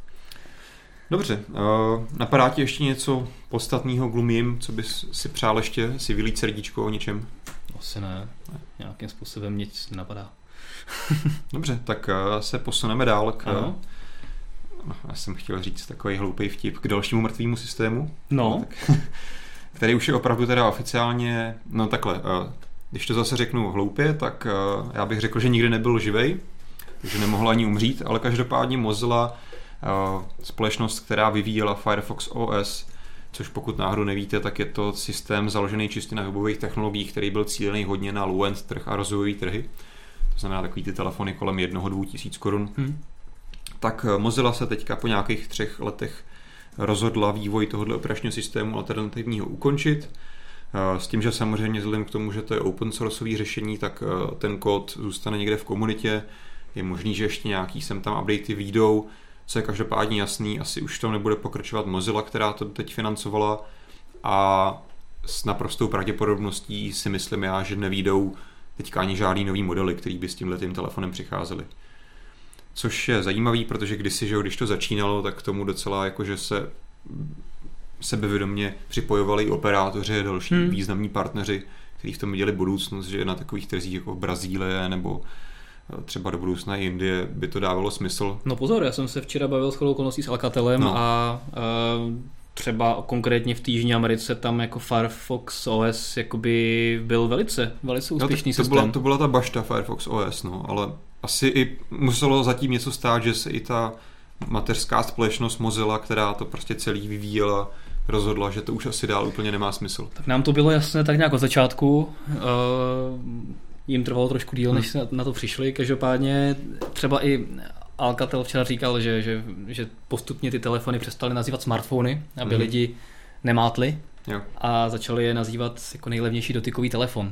Dobře, napadá ti ještě něco podstatného k Lumiem, co bys si přál ještě si vylít srdíčko o něčem? Asi ne. Nějakým způsobem nic nenapadá. Dobře, tak se posuneme dál k... Já jsem chtěl říct takový hloupý vtip k dalšímu mrtvému systému. No. Který už je opravdu teda oficiálně... No takhle, když to zase řeknu hloupě, tak já bych řekl, že nikdy nebyl živej, takže nemohl ani umřít, ale každopádně Mozilla, společnost, která vyvíjela Firefox OS, což pokud náhodou nevíte, tak je to systém založený čistě na webových technologiích, který byl cílený hodně na low-end trh a rozvojový trhy. To znamená takový ty telefony kolem 1-2 tisíc korun. Tak Mozilla se teďka po nějakých 3 letech rozhodla vývoj tohoto operačního systému alternativního ukončit. S tím, že samozřejmě vzhledem k tomu, že to je open sourceový řešení, tak ten kód zůstane někde v komunitě. Je možný, že ještě nějaký sem tam updaty vyjdou. Co je každopádně jasný, asi už to nebude pokračovat Mozilla, která to teď financovala, a s naprostou pravděpodobností si myslím já, že nevyjdou teďka ani žádný nový modely, který by s tímhletým telefonem přicházeli. Což je zajímavý, protože kdysi, že když to začínalo, tak k tomu docela jakože se sebevědomě připojovali i operátoři a další významní partneři, kteří v tom viděli budoucnost, že na takových trzích jako v Brazílii nebo třeba do budoucna i Indie by to dávalo smysl. No pozor, já jsem se včera bavil shodou okolností s Alcatelem a třeba konkrétně v té Jižní Americe tam jako Firefox OS jakoby byl velice úspěšný systém. To byla ta bašta Firefox OS, no, ale asi i muselo zatím něco stát, že se i ta mateřská společnost Mozilla, která to prostě celý vyvíjela, rozhodla, že to už asi dál úplně nemá smysl. Tak nám to bylo jasné tak nějak od začátku. Jim trvalo trošku díl, než se na to přišli. Každopádně třeba i Alcatel včera říkal, že postupně ty telefony přestaly nazývat smartfony, aby lidi nemátli a začali je nazývat jako nejlevnější dotykový telefon.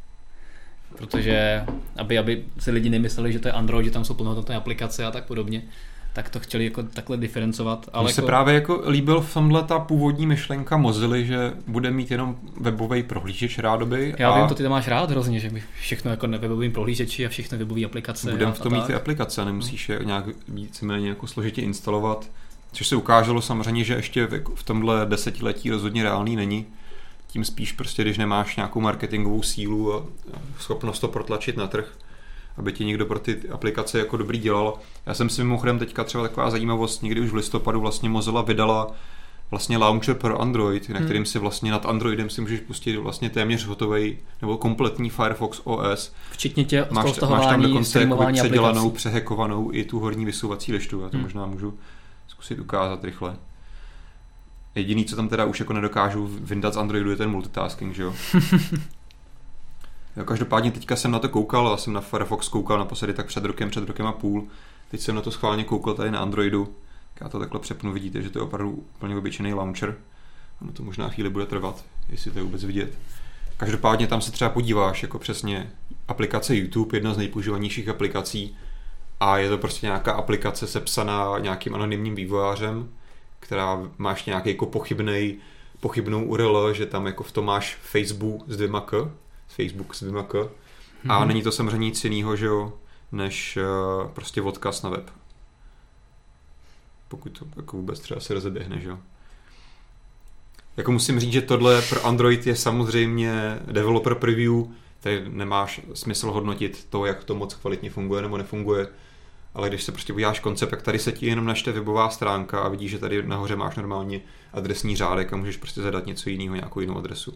Protože aby si lidi nemysleli, že to je Android, že tam jsou plnohodnotné aplikace a tak podobně, tak to chtěli jako takhle diferencovat. Ale mně se právě jako líbil v tomhle ta původní myšlenka Mozily, že bude mít jenom webový prohlížeč rádoby. Já vím, to ty tam máš rád hrozně, že by všechno jako na webovým prohlížeči a všechno webové aplikace. Budeme v tom mít ty aplikace, nemusíš je nějak víceméně jako složitě instalovat. Což se ukázalo samozřejmě, že ještě v tomhle desetiletí rozhodně reálný není. Tím spíš prostě, když nemáš nějakou marketingovou sílu a schopnost to protlačit na trh, aby ti někdo pro ty aplikace jako dobrý dělal. Já jsem si mimochodem teďka třeba taková zajímavost, někdy už v listopadu vlastně Mozilla vydala vlastně launcher pro Android, na kterým si vlastně nad Androidem si můžeš pustit vlastně téměř hotovej nebo kompletní Firefox OS. Včetně tě máš tam dokonce jako předělanou, přehekovanou i tu horní vysouvací lištu. Já to možná můžu zkusit ukázat rychle. Jediný, co tam teda už jako nedokážu vyndat z Androidu, je ten multitasking, že jo? Každopádně teďka jsem na to koukal, já jsem na Firefox koukal naposledy tak před rokem a půl. Teď jsem na to schválně koukal tady na Androidu. Já to takhle přepnu, vidíte, že to je opravdu úplně obyčejný launcher. Ono to možná chvíli bude trvat, jestli to je vůbec vidět. Každopádně tam se třeba podíváš, jako přesně aplikace YouTube, jedna z nejpoužívanějších aplikací, a je to prostě nějaká aplikace sepsaná nějakým anonymním vývojářem, která máš nějaký jako pochybnou URL, že tam jako v tom máš Facebook s 2 k. A není to samozřejmě nic jiného, že jo, než prostě odkaz na web. Pokud to jako vůbec třeba se rozeběhne, že jo. Jako musím říct, že tohle pro Android je samozřejmě developer preview, tady nemáš smysl hodnotit to, jak to moc kvalitně funguje nebo nefunguje, ale když se prostě uděláš koncept, tak tady se ti jenom načte webová stránka a vidíš, že tady nahoře máš normálně adresní řádek a můžeš prostě zadat něco jiného, nějakou jinou adresu.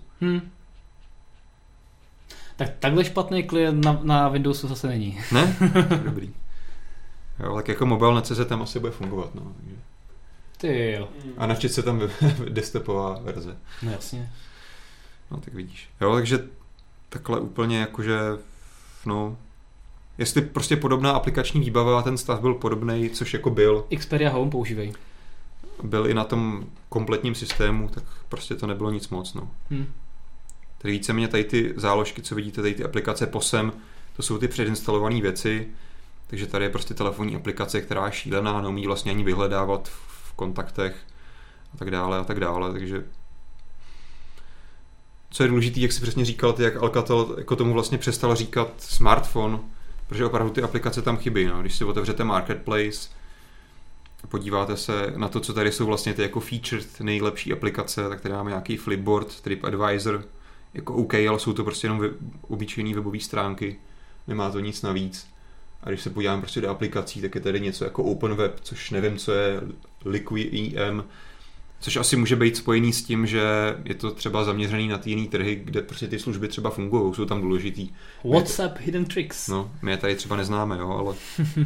Tak takhle špatný klient na Windowsu zase není. Ne? Dobrý. Jo, tak jako mobilnet.cz tam asi bude fungovat, no. Takže. Ty jo. A navčit se tam desktopová verze. No jasně. No tak vidíš. Jo, takže takhle úplně jakože, no, jestli prostě podobná aplikační výbava a ten stav byl podobnej, což jako byl. Xperia Home používej. Byl i na tom kompletním systému, tak prostě to nebylo nic moc, no. Tady víceméně tady ty záložky, co vidíte, tady ty aplikace POSem, to jsou ty předinstalované věci, takže tady je prostě telefonní aplikace, která je šílená, neumí vlastně ani vyhledávat v kontaktech a tak dále, takže co je důležité, jak si přesně říkal ty, jak Alcatel jako tomu vlastně přestal říkat smartphone, protože opravdu ty aplikace tam chybí, no. Když si otevřete Marketplace, podíváte se na to, co tady jsou vlastně ty jako featured nejlepší aplikace, tak tady máme nějaký Flipboard, TripAdvisor, jako OK, ale jsou to prostě jenom obyčejný webové stránky, nemá to nic navíc. A když se podívám prostě do aplikací, tak je tady něco jako OpenWeb, což nevím, co je Liquid.em, což asi může být spojený s tím, že je to třeba zaměřený na ty jiný trhy, kde prostě ty služby třeba fungují, jsou tam důležitý. WhatsApp Hidden Tricks. No, my je tady třeba neznáme, jo, ale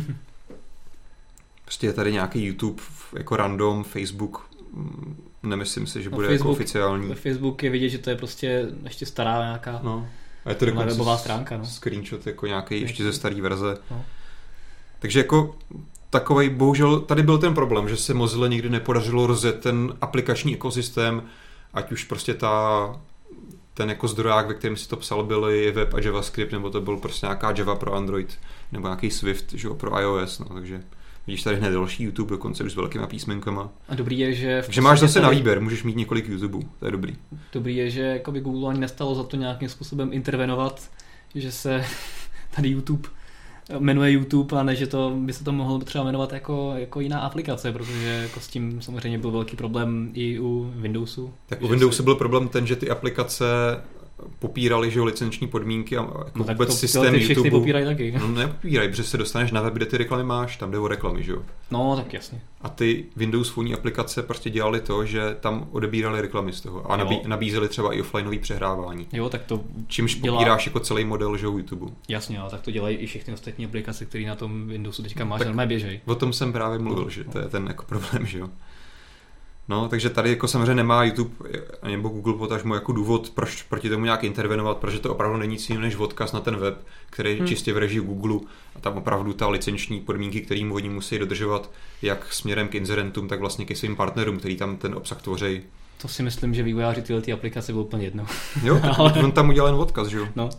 prostě je tady nějaký YouTube jako random, Facebook, nemyslím si, že bude Facebook, jako oficiální. Facebook je vidět, že to je prostě ještě stará nějaká a je to webová stránka. No. Screenshot jako nějaký ještě ze staré verze. No. Takže jako takovej, bohužel tady byl ten problém, že se Mozilla nikdy nepodařilo rozjet ten aplikační ekosystém, ať už prostě ten jako zdroják, ve kterém si to psal, byly web a JavaScript, nebo to byl prostě nějaká Java pro Android, nebo nějaký Swift, že jo, pro iOS, no, takže vidíš tady hned další YouTube, dokonce už s velkýma písmenkama. A dobrý je, že... Takže máš zase na výběr, můžeš mít několik YouTubeů, to je dobrý. Dobrý je, že jakoby Google ani nestalo za to nějakým způsobem intervenovat, že se tady YouTube jmenuje YouTube a ne, že to by se to mohlo třeba jmenovat jako jiná aplikace, protože jako s tím samozřejmě byl velký problém i u Windowsu. Tak u Windowsu byl problém ten, že ty aplikace popírali, že licenční podmínky a jako no, vůbec systém YouTube. Popírají taky. No nepopírají, protože se dostaneš na web, kde ty reklamy máš, tam jde o reklamy, že jo. No tak jasně. A ty Windows Phone aplikace prostě dělali to, že tam odebírali reklamy z toho a nabízeli třeba i offlineové přehrávání. Jo, tak to čímž popíráš jako celý model, že YouTube. Jasně, ale tak to dělají i všechny ostatní aplikace, které na tom Windowsu teďka máš, ale běžej. O tom jsem právě mluvil, že to je ten jako problém, že jo. No, takže tady jako samozřejmě nemá YouTube nebo Google potažmo jako důvod, proč proti tomu nějak intervenovat, protože to opravdu není nic jiného než odkaz na ten web, který je čistě v režii Google a tam opravdu ta licenční podmínky, kterým oni musí dodržovat jak směrem k inzerentům, tak vlastně ke svým partnerům, který tam ten obsah tvoří. To si myslím, že vývojáři tyhle aplikace bylo úplně jedno. Jo, tak ale... on tam udělal jen odkaz, že jo? No.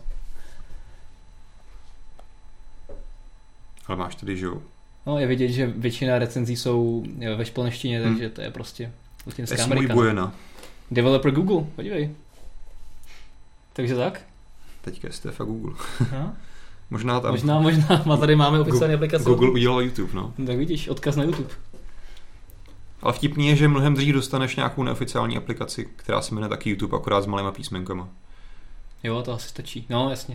Ale máš tady, že jo? No, je vidět, že většina recenzí jsou ve španělštině, takže to je prostě latinská Amerika. Buena. Developer Google, podívej. Takže tak? Teďka je Stefa Google. No. Možná tam. Možná tady máme oficiální aplikaci. Google udělal YouTube, no. Tak vidíš, odkaz na YouTube. Ale vtipný je, že mnohem dřív dostaneš nějakou neoficiální aplikaci, která se jmenuje taky YouTube, akorát s malýma písmenkama. Jo, to asi stačí. No, jasně.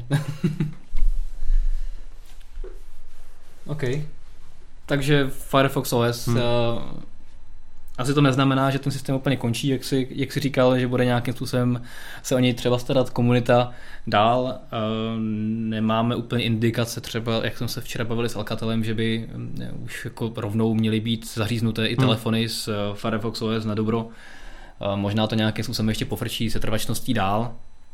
OK. Takže Firefox OS asi to neznamená, že ten systém úplně končí, jak si říkal, že bude nějakým způsobem se o něj třeba starat komunita dál. Nemáme úplně indikace, třeba jak jsme se včera bavili s Alcatelem, že by už jako rovnou měly být zaříznuté i telefony s Firefox OS na dobro. Možná to nějakým způsobem ještě pofrčí se trvačností dál,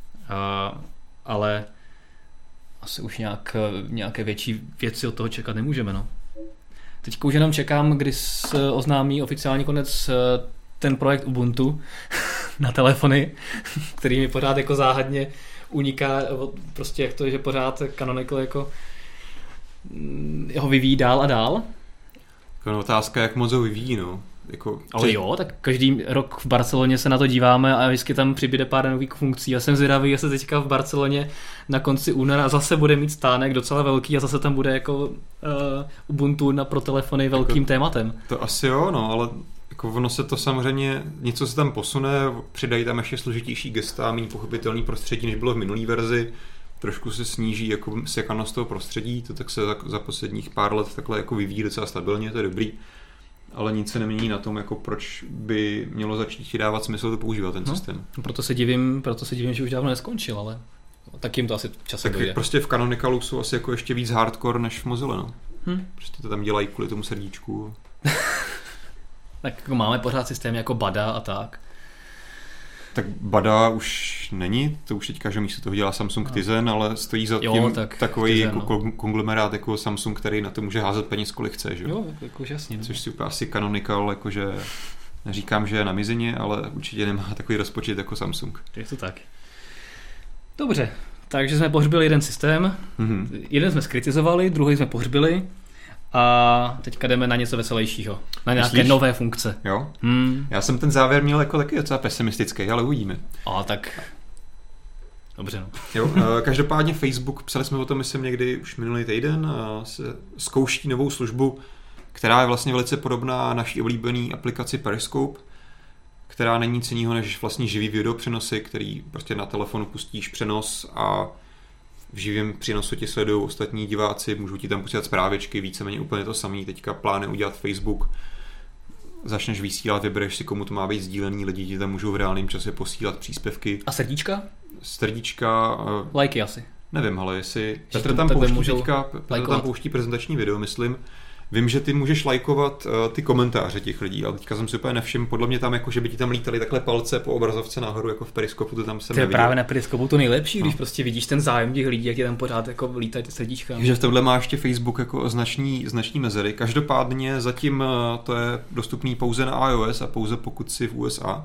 ale asi už nějaké větší věci od toho čekat nemůžeme, no. Teďka už jenom čekám, kdy se oznámí oficiální konec ten projekt Ubuntu na telefony, který mi pořád jako záhadně uniká, prostě jak to je, že pořád Canonical jako ho vyvíjí dál a dál. Jako otázka, jak moc ho vyvíjí, no. Jako, ale jo, tak každý rok v Barceloně se na to díváme a vždycky tam přibyde pár nových funkcí. Já jsem zvědavý, jestli teďka v Barceloně na konci února zase bude mít stánek docela velký a zase tam bude jako Ubuntu pro telefony velkým tématem. To asi jo, no, ale jako ono se to samozřejmě, něco se tam posune, přidají tam ještě složitější gesta, méně pochopitelný prostředí, než bylo v minulý verzi. Trošku se sníží jako sekanost toho prostředí, to tak se za posledních pár let takhle jako vyvíjí docela stabilně, to je dobrý. Ale nic se nemění na tom, jako proč by mělo začít dávat smysl to používat ten systém. Proto se divím, že už dávno neskončil, ale tak jim to asi časem dojde. Prostě v Canonicalu jsou asi jako ještě víc hardcore než v Mozilla, no. Prostě to tam dělají kvůli tomu srdíčku. Tak jako máme pořád systém jako Bada a tak. Tak Bada už není, to už teďka, že místo toho dělá Samsung Tizen, ale stojí za tím takový Tizen, jako konglomerát jako Samsung, který na to může házet peněz, kolik chce, že? Jo, jako jasně. Což si úplně asi Canonical, jakože neříkám, že je na mizině, ale určitě nemá takový rozpočet jako Samsung. Je to tak. Dobře, takže jsme pohřbili jeden systém, jeden jsme skritizovali, druhý jsme pohřbili a teďka jdeme na něco veselějšího, na nějaké nové funkce. Jo? Já jsem ten závěr měl jako taky docela pesimistický, ale uvidíme. A tak dobře, no. Jo, každopádně Facebook, psali jsme o tom, myslím někdy už minulý týden, se zkouší novou službu, která je vlastně velice podobná naší oblíbené aplikaci Periscope, která není nic jiného než vlastně živý videopřenosy, který prostě na telefonu pustíš přenos a v živém přenosu ti sledují ostatní diváci, můžou ti tam posílat zprávěčky, víceméně úplně to samé. Teďka plánuje udělat Facebook. Začneš vysílat, vybereš si, komu to má být sdílený, lidi ti tam můžou v reálném čase posílat příspěvky. A srdíčka? Srdíčka. Lajky asi. Nevím, ale jestli Petr tam pouští prezentační video, myslím. Vím, že ty můžeš lajkovat ty komentáře těch lidí, ale teďka jsem si úplně nevšiml, podle mě tam jako, že by ti tam lítaly takhle palce po obrazovce nahoru, jako v Periskopu, to tam jsem neviděl. To je právě na Periskopu to nejlepší, když prostě vidíš ten zájem těch lidí, jak je tam pořád jako lítají ty srdíčka. Takže v tomhle má ještě Facebook jako značný mezery. Každopádně zatím to je dostupný pouze na iOS a pouze pokud si v USA.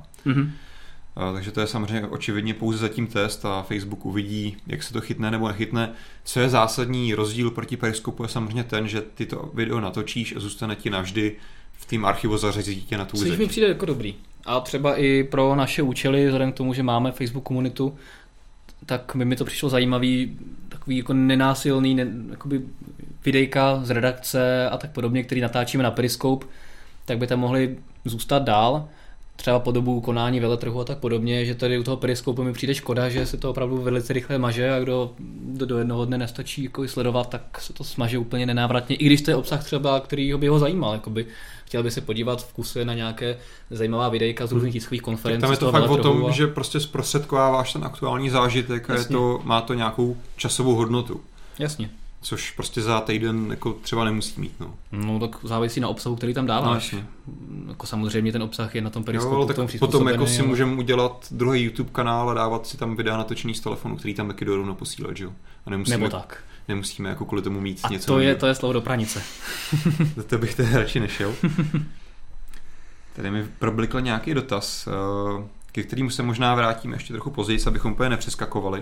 Takže to je samozřejmě očividně pouze zatím test a Facebook uvidí, jak se to chytne nebo nechytne. Co je zásadní rozdíl proti Periskopu je samozřejmě ten, že ty to video natočíš a zůstane ti navždy v tým archivu zařazí tě na tu zeď. Což mi přijde jako dobrý. A třeba i pro naše účely, vzhledem k tomu, že máme Facebook komunitu, tak by mi to přišlo zajímavý, takový jako nenásilný jakoby videjka z redakce a tak podobně, který natáčíme na Periskop, tak by tam mohli zůstat dál. třeba po dobu konání veletrhu a tak podobně, že tady u toho periskopu mi přijde škoda, že se to opravdu velice rychle maže a kdo do jednoho dne nestačí jako sledovat, tak se to smaže úplně nenávratně, i když to je obsah třeba, který by ho zajímal, jakoby chtěl by se podívat v kuse na nějaké zajímavá videjka z různých tiskových konferencí. Tam je to fakt o tom, že prostě zprostředkováváš ten aktuální zážitek a má to nějakou časovou hodnotu. Jasně. Což prostě za týden jako třeba nemusí mít. No tak závisí na obsahu, který tam dáváš. No, jako samozřejmě ten obsah je na tom periskopu. Potom jako si můžeme udělat druhý YouTube kanál a dávat si tam videa natočený z telefonu, který tam taky jdou rovnou posílat, že jo? A nebo tak. Nemusíme jako kvůli tomu mít a něco. To je slovo do pranice. To bych teda radši nešel. Tady mi problikl nějaký dotaz, ke kterému se možná vrátíme ještě trochu později, abychom úplně nepřeskakovali.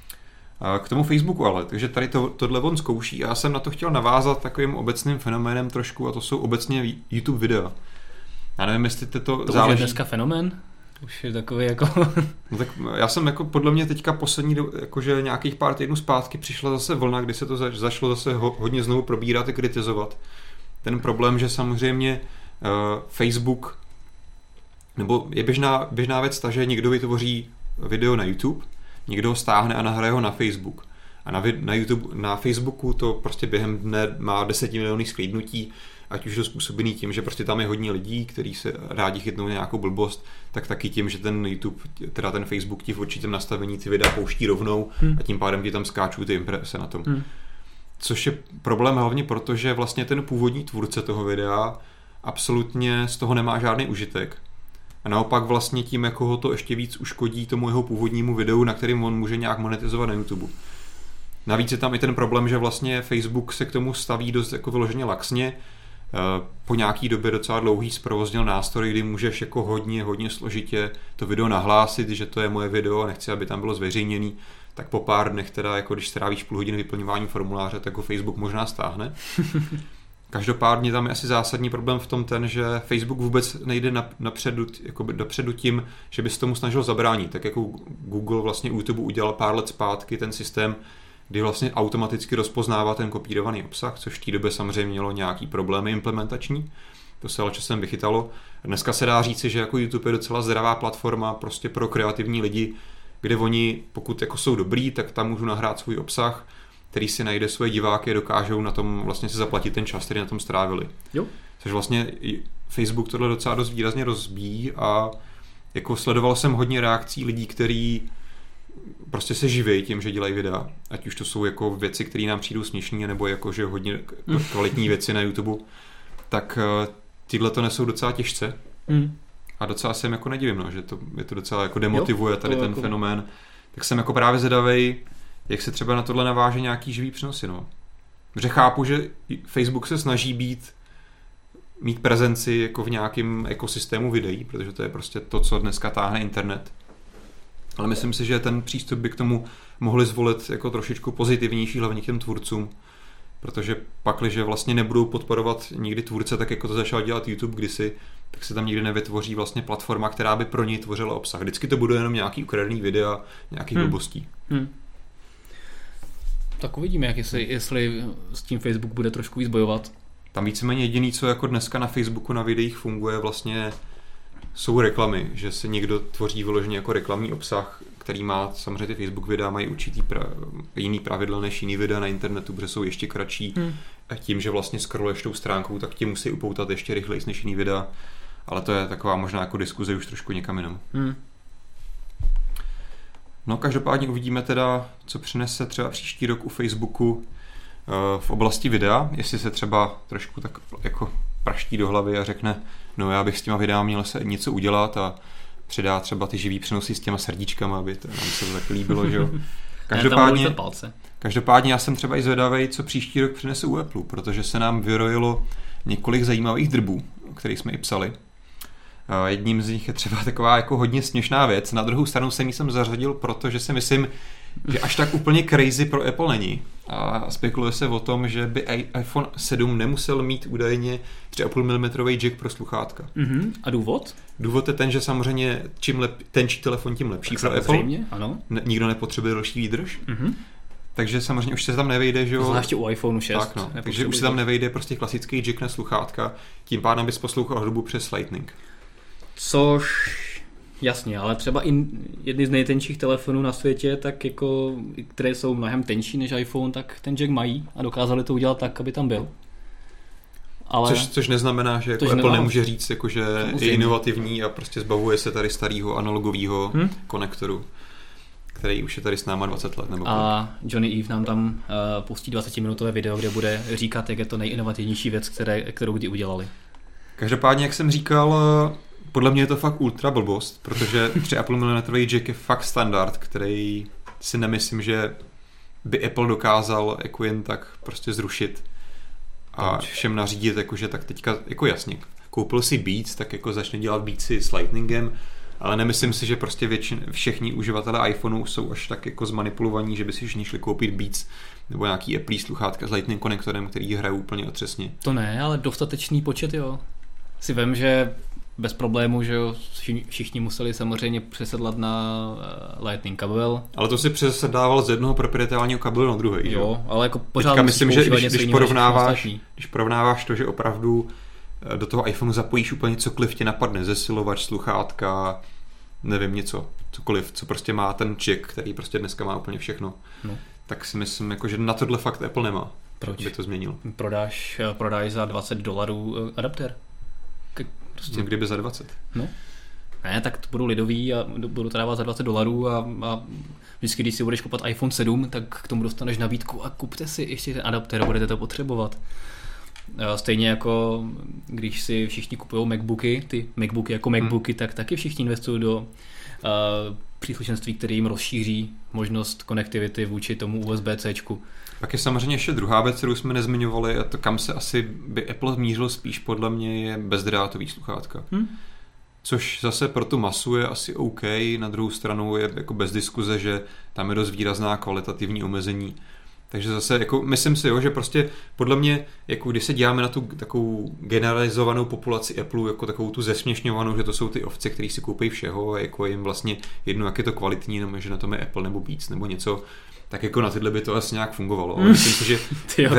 K tomu Facebooku ale, takže tady tohle on zkouší. Já jsem na to chtěl navázat takovým obecným fenoménem trošku a to jsou obecně YouTube videa. Já nevím, jestli to záleží. Je dneska fenomén? Už je takový jako... No tak já jsem jako podle mě teďka poslední, jakože nějakých pár týdnů zpátky přišla zase vlna, kdy se to zašlo zase hodně znovu probírat a kritizovat. Ten problém, že samozřejmě Facebook, nebo je běžná věc ta, že někdo vytvoří video na YouTube, někdo ho stáhne a nahraje ho na Facebook. A na YouTube, na Facebooku to prostě během dne má 10 milionů sklídnutí, ať už to způsobený tím, že prostě tam je hodně lidí, kteří se rádi chytnou nějakou blbost, tak taky tím, že ten YouTube, teda ten Facebook ti v určitém nastavení ty videa pouští rovnou a tím pádem ti tam skáčou ty imprese na tom. Což je problém hlavně proto, že vlastně ten původní tvůrce toho videa absolutně z toho nemá žádný užitek. A naopak vlastně tím, jako ho to ještě víc uškodí tomu jeho původnímu videu, na kterým on může nějak monetizovat na YouTube. Navíc je tam i ten problém, že vlastně Facebook se k tomu staví dost jako vyloženě laxně. Po nějaký době docela dlouhý zprovoznil nástroj, kdy můžeš jako hodně složitě to video nahlásit, že to je moje video a nechci, aby tam bylo zveřejněný. Tak po pár dnech teda, jako když strávíš půl hodiny vyplňování formuláře, tak ho Facebook možná stáhne. Každopádně tam je asi zásadní problém v tom že Facebook vůbec nejde dopředu tím, že by se tomu snažil zabránit. Tak jako Google vlastně YouTube udělal pár let zpátky ten systém, kdy vlastně automaticky rozpoznává ten kopírovaný obsah, což v té době samozřejmě mělo nějaký problémy implementační. To se ale časem vychytalo. Dneska se dá říci, že jako YouTube je docela zdravá platforma prostě pro kreativní lidi, kde oni, pokud jako jsou dobrý, tak tam můžou nahrát svůj obsah, který si najde svoje diváky, dokážou na tom vlastně si zaplatit ten čas, který na tom strávili. Jo. Což vlastně Facebook tohle docela dost výrazně rozbíjí a jako sledoval jsem hodně reakcí lidí, kteří prostě se živí tím, že dělají videa. Ať už to jsou jako věci, které nám přijdou směšný, nebo jako, že hodně kvalitní věci na YouTube, tak tyhle to nesou docela těžce. A docela se jim jako nedivím, no, že je to docela jako demotivuje tady ten fenomén. Tak jsem jako právě zvědavej, jak se třeba na tohle naváže nějaký živý přenosy. No. Protože chápu, že Facebook se snaží mít prezenci jako v nějakém ekosystému videí, protože to je prostě to, co dneska táhne internet. Ale myslím si, že ten přístup by k tomu mohli zvolit jako trošičku pozitivnější, hlavně k těm tvůrcům. Protože pakliže vlastně nebudou podporovat nikdy tvůrce, tak jako to začal dělat YouTube kdysi, tak se tam nikdy nevytvoří vlastně platforma, která by pro něj tvořila obsah. Vždycky to bude jenom nějaký ukradený videa, nějakých blbostí. Tak uvidíme, jestli s tím Facebook bude trošku víc bojovat. Tam víceméně jediný, co jako dneska na Facebooku na videích funguje, vlastně jsou reklamy, že se někdo tvoří vyloženě jako reklamní obsah, který má, samozřejmě ty Facebook videa mají určitý jiný pravidla než jiný videa na internetu, protože jsou ještě kratší a tím, že vlastně scrolluješ tou stránkou, tak ti musí upoutat ještě rychleji než jiný videa, ale to je taková možná jako diskuze už trošku někam jinam. No každopádně uvidíme teda, co přinese třeba příští rok u Facebooku v oblasti videa, jestli se třeba trošku tak jako praští do hlavy a řekne, no já bych s těma videama měl se něco udělat a přidá třeba ty živý přenosy s těma srdíčkama, aby to nám se to tak líbilo, že jo. Každopádně já jsem třeba i zvědavej, co příští rok přinese u Apple, protože se nám vyrojilo několik zajímavých drbů, o kterých jsme i psali. Jedním z nich je třeba taková jako hodně směšná věc. Na druhou stranu jsem zařadil, protože si myslím, že až tak úplně crazy pro Apple není. A spekuluje se o tom, že by iPhone 7 nemusel mít údajně 3,5 mm jack pro sluchátka. A důvod? Důvod je ten, že samozřejmě čím tenčí telefon, tím lepší pro Apple. Ano. Nikdo nepotřebuje další výdrž. Takže samozřejmě už se tam nevejde, že jo. Zvláště u iPhone 6. Tak no. Takže už se tam nevejde prostě klasický jack na sluchátka. Tím pádem bys poslouchal hudbu přes Lightning. Což jasně, ale třeba i jedny z nejtenčích telefonů na světě, tak jako, které jsou mnohem tenčí než iPhone, tak ten jack mají a dokázali to udělat tak, aby tam byl. Ale což neznamená, že jako Apple nemůže říct, jako, že je inovativní a prostě zbavuje se tady starého analogového konektoru, který už je tady s náma 20 let. Nebo a Johnny Ive nám tam pustí 20-minutové video, kde bude říkat, jak je to nejinovativnější věc, kterou kdy udělali. Každopádně, jak jsem říkal, podle mě je to fakt ultra blbost, protože 3,5 mm jack je fakt standard, který si nemyslím, že by Apple dokázal jako jen tak prostě zrušit a všem nařídit, jakože tak teďka, jako jasně, koupil si Beats, tak jako začne dělat Beatsy s Lightningem, ale nemyslím si, že prostě všichni uživatelé iPhoneu jsou až tak jako zmanipulovaní, že by si všichni šli koupit Beats nebo nějaký Apple sluchátka s Lightning konektorem, který hrajou úplně otřesně. To ne, ale dostatečný počet, jo. Si vem, že bez problému, že jo, všichni museli samozřejmě přesedlat na Lightning kabel. Ale to si přesedával z jednoho proprietárního kabelu na druhý, jo, ale jako pořád teďka myslím, že když porovnáváš to, že opravdu do toho iPhoneu zapojíš úplně cokoliv tě napadne, zesilovač, sluchátka, nevím něco, cokoliv, co prostě má ten čip, který prostě dneska má úplně všechno, tak si myslím, jako, že na tohle fakt Apple nemá. Proč? By to změnil. Prodáš za $20 adaptér. Prostě. No, kdyby za 20. No. Ne, tak to budu lidový a budu to dávat za $20 a vždycky, když si budeš kupovat iPhone 7, tak k tomu dostaneš nabídku a kupte si ještě ten adaptér, budete to potřebovat. Stejně jako když si všichni kupují MacBooky, ty MacBooky jako MacBooky, tak taky všichni investují do příslušenství, který jim rozšíří možnost konektivity vůči tomu USB-Cčku. Pak je samozřejmě ještě druhá věc, kterou jsme nezmiňovali, a to kam se asi by Apple mířil spíš podle mě je bezdrátový sluchátka. Což zase pro tu masu je asi OK, na druhou stranu je jako bez diskuze, že tam je dost výrazná kvalitativní omezení. Takže zase jako myslím si, jo, že prostě podle mě, jako když se díváme na tu takovou generalizovanou populaci Apple, jako takovou tu zesměšňovanou, že to jsou ty ovce, kteří si koupí všeho a jako jim vlastně jedno, jak je to kvalitní, nebo že na tom je Apple nebo Beats nebo něco, tak jako na tyhle by to asi nějak fungovalo. Ale myslím si, že v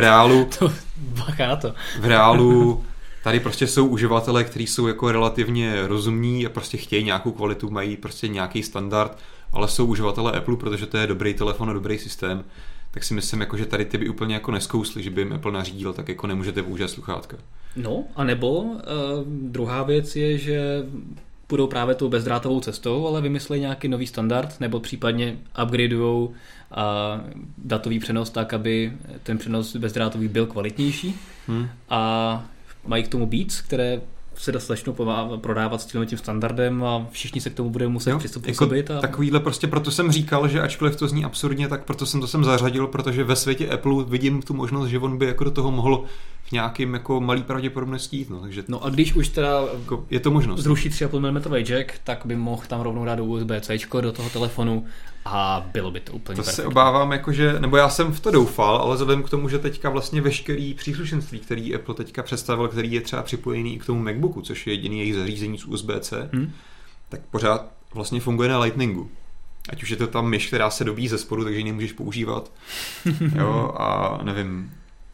reálu tady prostě jsou uživatelé, kteří jsou jako relativně rozumní a prostě chtějí nějakou kvalitu, mají prostě nějaký standard, ale jsou uživatelé Apple, protože to je dobrý telefon a dobrý systém. Tak si myslím, jako, že tady ty by úplně jako neskousli, že by jim Apple nařídil, tak jako nemůžete použít sluchátka. No, a nebo druhá věc je, že půjdou právě tou bezdrátovou cestou, ale vymyslí nějaký nový standard, nebo případně upgradeujou datový přenos tak, aby ten přenos bezdrátový byl kvalitnější. A mají k tomu Beats, které se začnou prodávat s tím standardem a všichni se k tomu budou muset přizpůsobit. Jako takovýhle prostě, proto jsem říkal, že ačkoliv to zní absurdně, tak proto jsem to sem zařadil, protože ve světě Apple vidím tu možnost, že on by jako do toho mohl v nějakým jako malý pravděpodobnosti jít. Takže no a když už teda jako je to možnost. Zruší 3,5 mm jack, tak by mohl tam rovnou dát do USB-C do toho telefonu a bylo by to úplně perfektní. To se obávám, jakože, nebo já jsem v to doufal, ale vzhledem k tomu, že teďka vlastně veškerý příslušenství, který Apple teďka představil, který je třeba připojený k tomu MacBooku, což je jediný jejich zařízení z USB-C, tak pořád vlastně funguje na Lightningu. Ať už je to tam myš, která se dobíjí ze spodu, takže ji nemůžeš používat. Jo, a nevím,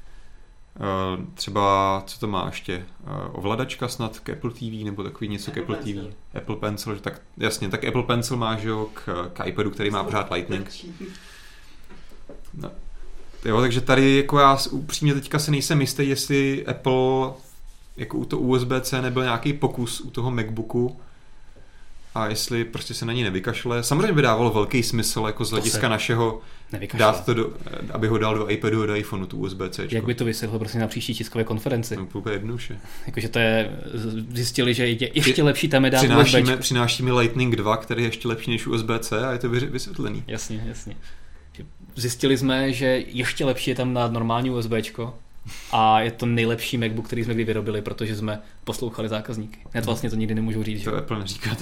třeba, co to má ještě, ovladačka snad k Apple TV, nebo takový něco k Apple TV, Apple Pencil, tak jasně, tak Apple Pencil má, že jo, k iPadu, který má pořád Lightning. No. Jo, takže tady jako já upřímně teďka se nejsem jistý, jestli Apple jako u toho USB-C nebyl nějaký pokus u toho MacBooku a jestli prostě se na ní nevykašle. Samozřejmě by dávalo velký smysl jako z hlediska našeho dát to aby ho dal do iPadu, do iPhoneu, tu USB-C. Jak by to vysvětlo prostě na příští tiskové konferenci? No, úplně jednoduše. Jakože to je, zjistili, že je ještě lepší tam je dát USB. Přinášíme Lightning 2, který je ještě lepší než USB-C a je to vysvětlený. Jasně. Zjistili jsme, že ještě lepší je tam dát normální USBčko a je to nejlepší MacBook, který jsme kdy vyrobili, protože jsme poslouchali zákazníky. Já to vlastně to nikdy nemůžu říct. To Apple neříká.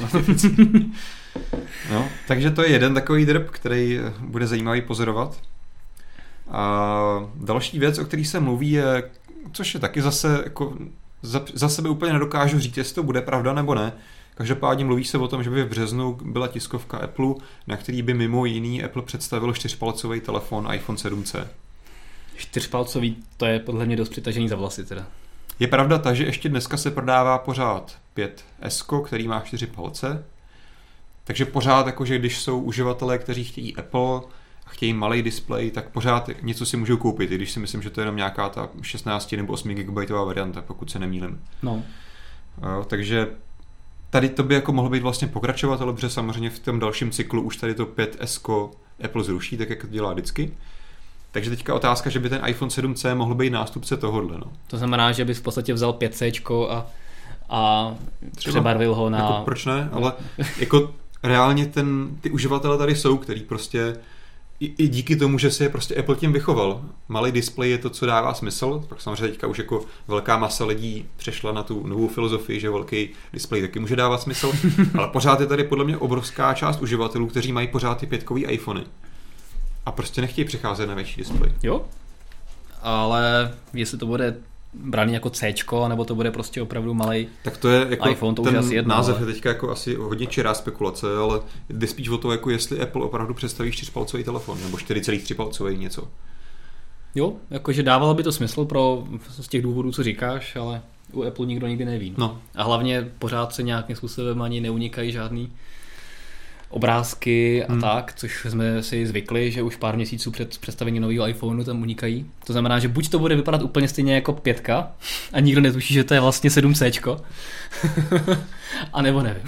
No, takže to je jeden takový drb, který bude zajímavý pozorovat. A další věc, o který se mluví, je, což je taky zase jako, za sebe úplně nedokážu říct, jestli to bude pravda nebo ne. Každopádně mluví se o tom, že by v březnu byla tiskovka Apple, na který by mimo jiný Apple představil 4palcový telefon iPhone 7C. 4palcový, to je podle mě dost přitažený za vlasy teda. Je pravda ta, že ještě dneska se prodává pořád 5S, který má 4 palce, takže pořád jakože když jsou uživatelé, kteří chtějí Apple a chtějí malý displej, tak pořád něco si můžou koupit, i když si myslím, že to je jenom nějaká ta 16 nebo 8 GB varianta, pokud se nemýlím. No. Takže tady to by jako mohlo být vlastně pokračovatel, protože samozřejmě v tom dalším cyklu už tady to 5S Apple zruší, tak jak to dělá vždycky. Takže teďka otázka, že by ten iPhone 7C mohl být nástupce tohohle. No. To znamená, že bys v podstatě vzal 5C a přebarvil ho na... Jako proč ne, ale jako reálně ty uživatelé tady jsou, který prostě i díky tomu, že se je prostě Apple tím vychoval. Malý displej je to, co dává smysl, pak samozřejmě teďka už jako velká masa lidí přešla na tu novou filozofii, že velký displej taky může dávat smysl, ale pořád je tady podle mě obrovská část uživatelů, kteří mají pořád ty 5kový iPhony a prostě nechtějí přecházet na větší displej. Jo, ale jestli to bude braný jako C, nebo to bude prostě opravdu malej tak to je jako iPhone, to už asi jedno. Název je teďka jako asi hodně čirá spekulace, ale jde spíš o to, jako jestli Apple opravdu představí 4palcový telefon, nebo 4,3palcový něco. Jo, jakože dávalo by to smysl z těch důvodů, co říkáš, ale u Apple nikdo nikdy neví. No. A hlavně pořád se nějakým způsobem ani neunikají žádný obrázky a tak, což jsme si zvykli, že už pár měsíců před představením nového iPhoneu tam unikají. To znamená, že buď to bude vypadat úplně stejně jako 5 a nikdo netuší, že to je vlastně 7C, a nebo nevím.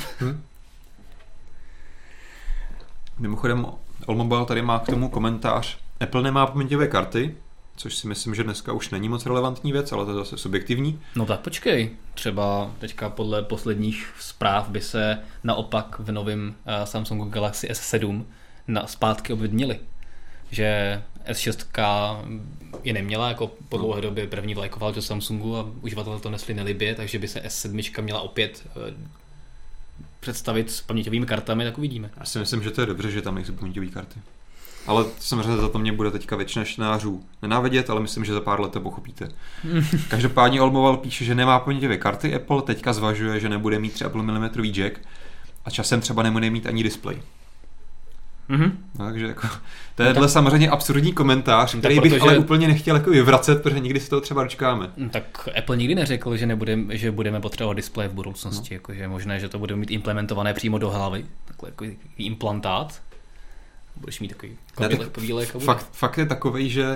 Mimochodem, Allmobile tady má k tomu komentář. Apple nemá paměťové karty, což si myslím, že dneska už není moc relevantní věc, ale to je zase subjektivní. No tak počkej, třeba teďka podle posledních zpráv by se naopak v novém Samsungu Galaxy S7 zpátky objednili, že S6 je neměla jako po dlouhé době první vlajková do Samsungu a uživatelé to nesli nelibě, takže by se S7 měla opět představit s paměťovými kartami, tak uvidíme. Já si myslím, že to je dobře, že tam nejsou paměťové karty. Ale samozřejmě za to mě bude teďka většina čtenářů nenávidět, ale myslím, že za pár let to pochopíte. Každopádně Allmobile píše, že nemá paměťové karty Apple, teďka zvažuje, že nebude mít 3,5 mm jack a časem třeba nebude mít ani displej. No, takže jako, to je samozřejmě absurdní komentář, který bych ale úplně nechtěl jako vyvracet, protože nikdy se toho třeba dočkáme. Tak Apple nikdy neřekl, že budeme potřebovat displeje v budoucnosti, jakože je možné, že to bude mít implementované přímo do hlavy, takhle jako implantát. Budeš mít takový kabílek. Fakt je takovej, že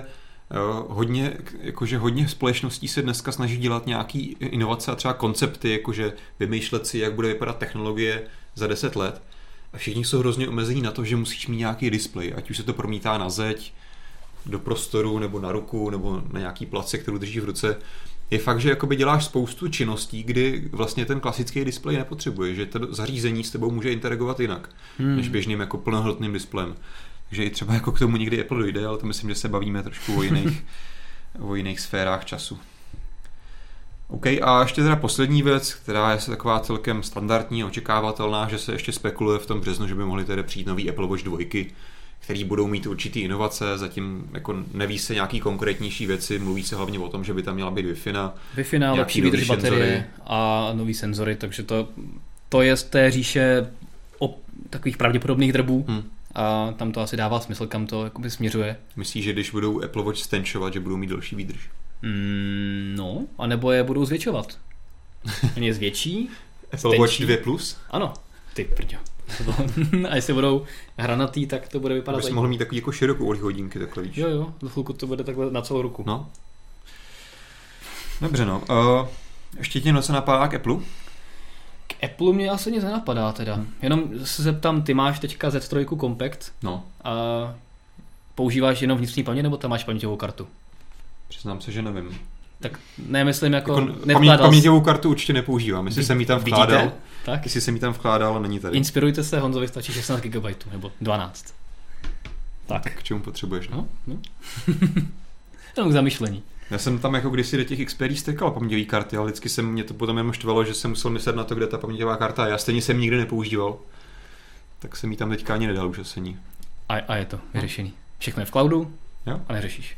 hodně společností se dneska snaží dělat nějaký inovace a třeba koncepty, jakože vymýšlet si, jak bude vypadat technologie za 10 let. A všichni jsou hrozně omezení na to, že musíš mít nějaký displej, ať už se to promítá na zeď, do prostoru, nebo na ruku, nebo na nějaký place, kterou držíš v ruce. Je fakt, že jakoby děláš spoustu činností, kdy vlastně ten klasický displej nepotřebuje, že to zařízení s tebou může interagovat jinak, než běžným jako plnohodnotným displejem. Takže i třeba jako k tomu někdy Apple dojde, ale to myslím, že se bavíme trošku o jiných sférách času. OK, a ještě teda poslední věc, která je taková celkem standardní, očekávatelná, že se ještě spekuluje v tom březnu, že by mohly tedy přijít nový Apple Watch 2, který budou mít určitý inovace, zatím jako neví se nějaký konkrétnější věci, mluví se hlavně o tom, že by tam měla být Wi-Fi, lepší výdrž baterie a nový senzory, takže to je z té říše takových pravděpodobných drbů a tam to asi dává smysl, kam to jakoby směřuje. Myslíš, že když budou Apple Watch stenčovat, že budou mít delší výdrž? No, anebo je budou zvětšovat. Oni je zvětší. Apple Watch 2 Plus? Ano, ty prďo. A jestli budou hranatý, tak to bude vypadat. Bys mohl mít takový jako širokou hodinky, takhle víš. Jo, za chvilku to bude takhle na celou ruku. No. Dobře, no. Ještě ti něco napadá k Apple? K Apple mě asi nic nenapadá teda. Jenom se zeptám, ty máš teďka Z3 Compact. No. A používáš jenom vnitřní paměť, nebo tam máš paměťovou kartu? Přiznám se, že nevím. Tak nemyslím jako paměťovou kartu určitě nepoužívám. Jestli jsem ji tam vkládal, tak? Jestli jsem ji tam vkládal, ale není tady. Inspirujte se, Honzovi stačí 16 GB nebo 12. Tak. K čemu potřebuješ? No. Jenom k zamyšlení. Já jsem tam jako kdysi do těch Xperia stekal paměťové karty, ale vždycky mě to potom jenom štvalo, že jsem musel myslet na to, kde ta paměťová karta je. Já stejně jsem nikdy nepoužíval. Tak jsem ji tam teďka ani nedal už asi ní. A je to vyřešený. Všechno je v cloudu, jo? A neřešíš.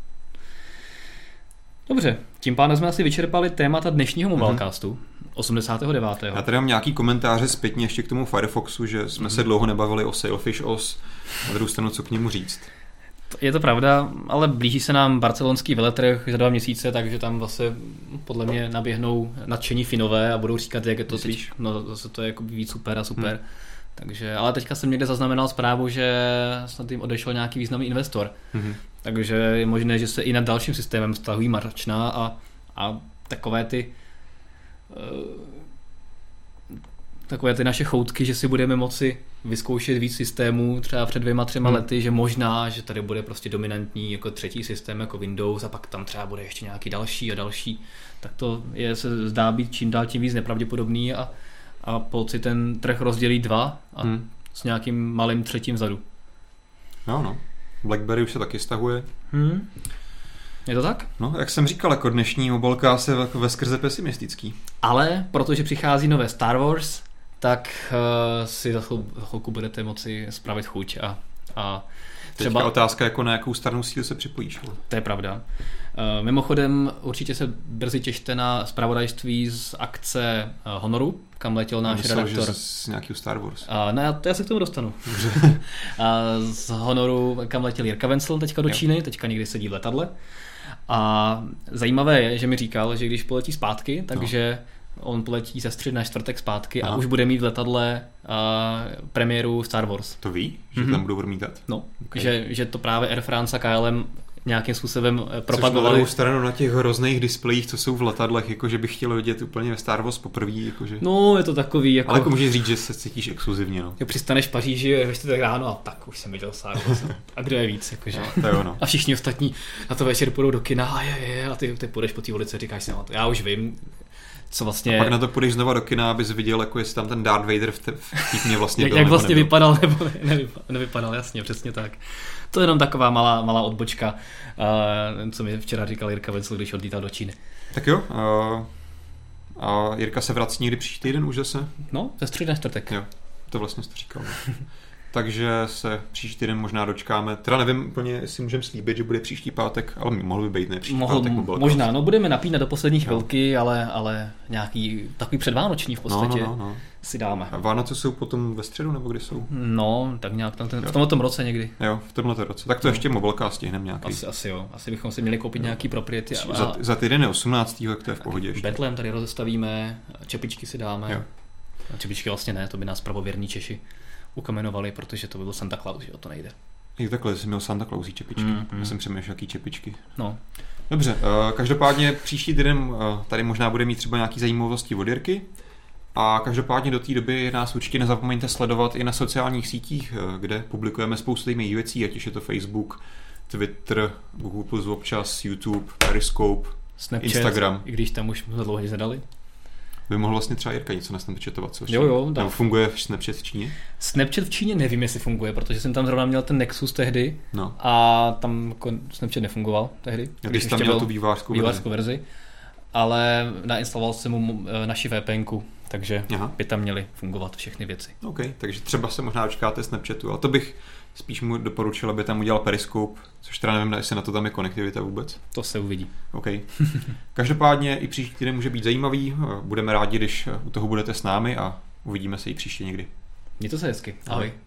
Dobře, tím pádem jsme asi vyčerpali témata dnešního Mobilecastu, 89. Já tady mám nějaký komentáře zpětně ještě k tomu Firefoxu, že jsme se dlouho nebavili o Sailfish OS, na druhou stranu co k němu říct. Je to pravda, ale blíží se nám barcelonský veletrh za 2 měsíce, takže tam zase podle mě naběhnou nadšení Finové a budou říkat, jak je to teď. No zase to je jako víc super a super. Takže, ale teďka jsem někde zaznamenal zprávu, že snad jim odešel nějaký významný investor. Takže je možné, že se i nad dalším systémem stahují Marčna a takové ty naše choutky, že si budeme moci vyzkoušet víc systémů třeba před 2-3 lety, že možná, že tady bude prostě dominantní jako třetí systém jako Windows a pak tam třeba bude ještě nějaký další a další, tak to se zdá být čím dál tím víc nepravděpodobný a Polci ten trh rozdělí 2 a s nějakým malým třetím vzadu. No. BlackBerry už se taky stahuje. Je to tak? No, jak jsem říkal, jako dnešní mobilka je veskrze pesimistický. Ale protože přichází nové Star Wars, tak si za chvilku budete moci spravit chuť a třeba... Teďka otázka, jako na jakou stranu sílu se připojíš. To je pravda. Mimochodem určitě se brzy těšte na zpravodajství z akce Honoru, kam letěl náš redaktor. Z nějakého Star Wars. Ne, to já se k tomu dostanu. Z Honoru, kam letěl Jirka Vencel teďka do Číny, teďka někdy sedí v letadle. A zajímavé je, že mi říkal, že když poletí zpátky, takže on poletí ze střed na čtvrtek zpátky a už bude mít v letadle premiéru Star Wars. To ví? Že tam budou promítat? No, že to právě Air France a KLM nějakým způsobem propagovali. Což na druhou stranu na těch hrozných displejích, co jsou v letadlech, jako že bych chtěl vidět úplně ve Star Wars poprvé. Jakože... No, je to takový jako... Ale jako můžeš říct, že se cítíš exkluzivně. No. Přistaneš v Paříži, ve čtvrtek ráno a tak už jsem viděl Star Wars. A kdo je víc? Jakože. No, to je ono. A všichni ostatní na to večer půjdou do kina a ty půjdeš po té ulici a říkáš si, no, já už vím, co vlastně... A pak na to půjdeš znova do kina, abys viděl, jako jestli tam ten Darth Vader v týdně vlastně byl. Jak vlastně vypadal, nebo nevypadal, jasně, přesně tak. To je jenom taková malá odbočka, co mi včera říkal Jirka Vencel, když odlítal do Číny. Tak jo, a Jirka se vrací někdy příští týden už zase? No, ze středy na čtvrtek. Jo, to vlastně jsi to říkal. Takže se příští týden možná dočkáme. Teda nevím úplně, jestli můžeme slíbit, že bude příští pátek, ale mohl by být ne příští pátek. Možná, no budeme napínat do poslední chvilky, ale nějaký takový předvánoční v podstatě si dáme. A Vánoce jsou potom ve středu, nebo kdy jsou? No, tak nějak v tomto roce někdy. Jo, v tomto roce. Tak to ještě mobilka stihneme nějaký. Asi jo. Asi bychom si měli koupit nějaký propriety. Za týden je 18. jak to je v pohodě ještě. Betlem tady rozestavíme, čepičky si dáme. Jo. Čepičky vlastně ne, to by nás pravověrní Češi ukamenovali, protože to by byl Santa Claus, jo, to nejde. I takhle jsi měl Santa Clausí čepičky. Já jsem přemýšlel, jaký čepičky. No. Dobře, každopádně příští týden tady možná bude mít třeba nějaký zajímavosti od Jirky. A každopádně do té doby nás určitě nezapomeňte sledovat i na sociálních sítích, kde publikujeme spoustu zajímavých věcí, ať už je to Facebook, Twitter, Google+, občas, YouTube, Periscope, Snapchat, Instagram. I když tam už dlouho nic nedali. By mohl vlastně třeba Jirka něco na Snapchatovat, co? Jo, nebo funguje Snapchat v Číně? Snapchat v Číně nevím, jestli funguje, protože jsem tam zrovna měl ten Nexus tehdy a tam jako Snapchat nefungoval tehdy. Když jsi tam měl tu vývojářskou verzi. Ale nainstaloval jsem mu naši VPNku, takže by tam měly fungovat všechny věci. OK, takže třeba se možná dočkáte Snapchatu, ale to bych spíš mu doporučil, aby tam udělal Periscope, což teda nevím, jestli na to tam je konektivita vůbec. To se uvidí. OK. Každopádně i příští týden může být zajímavý, budeme rádi, když u toho budete s námi a uvidíme se i příště někdy. Mějte se hezky. Ahoj.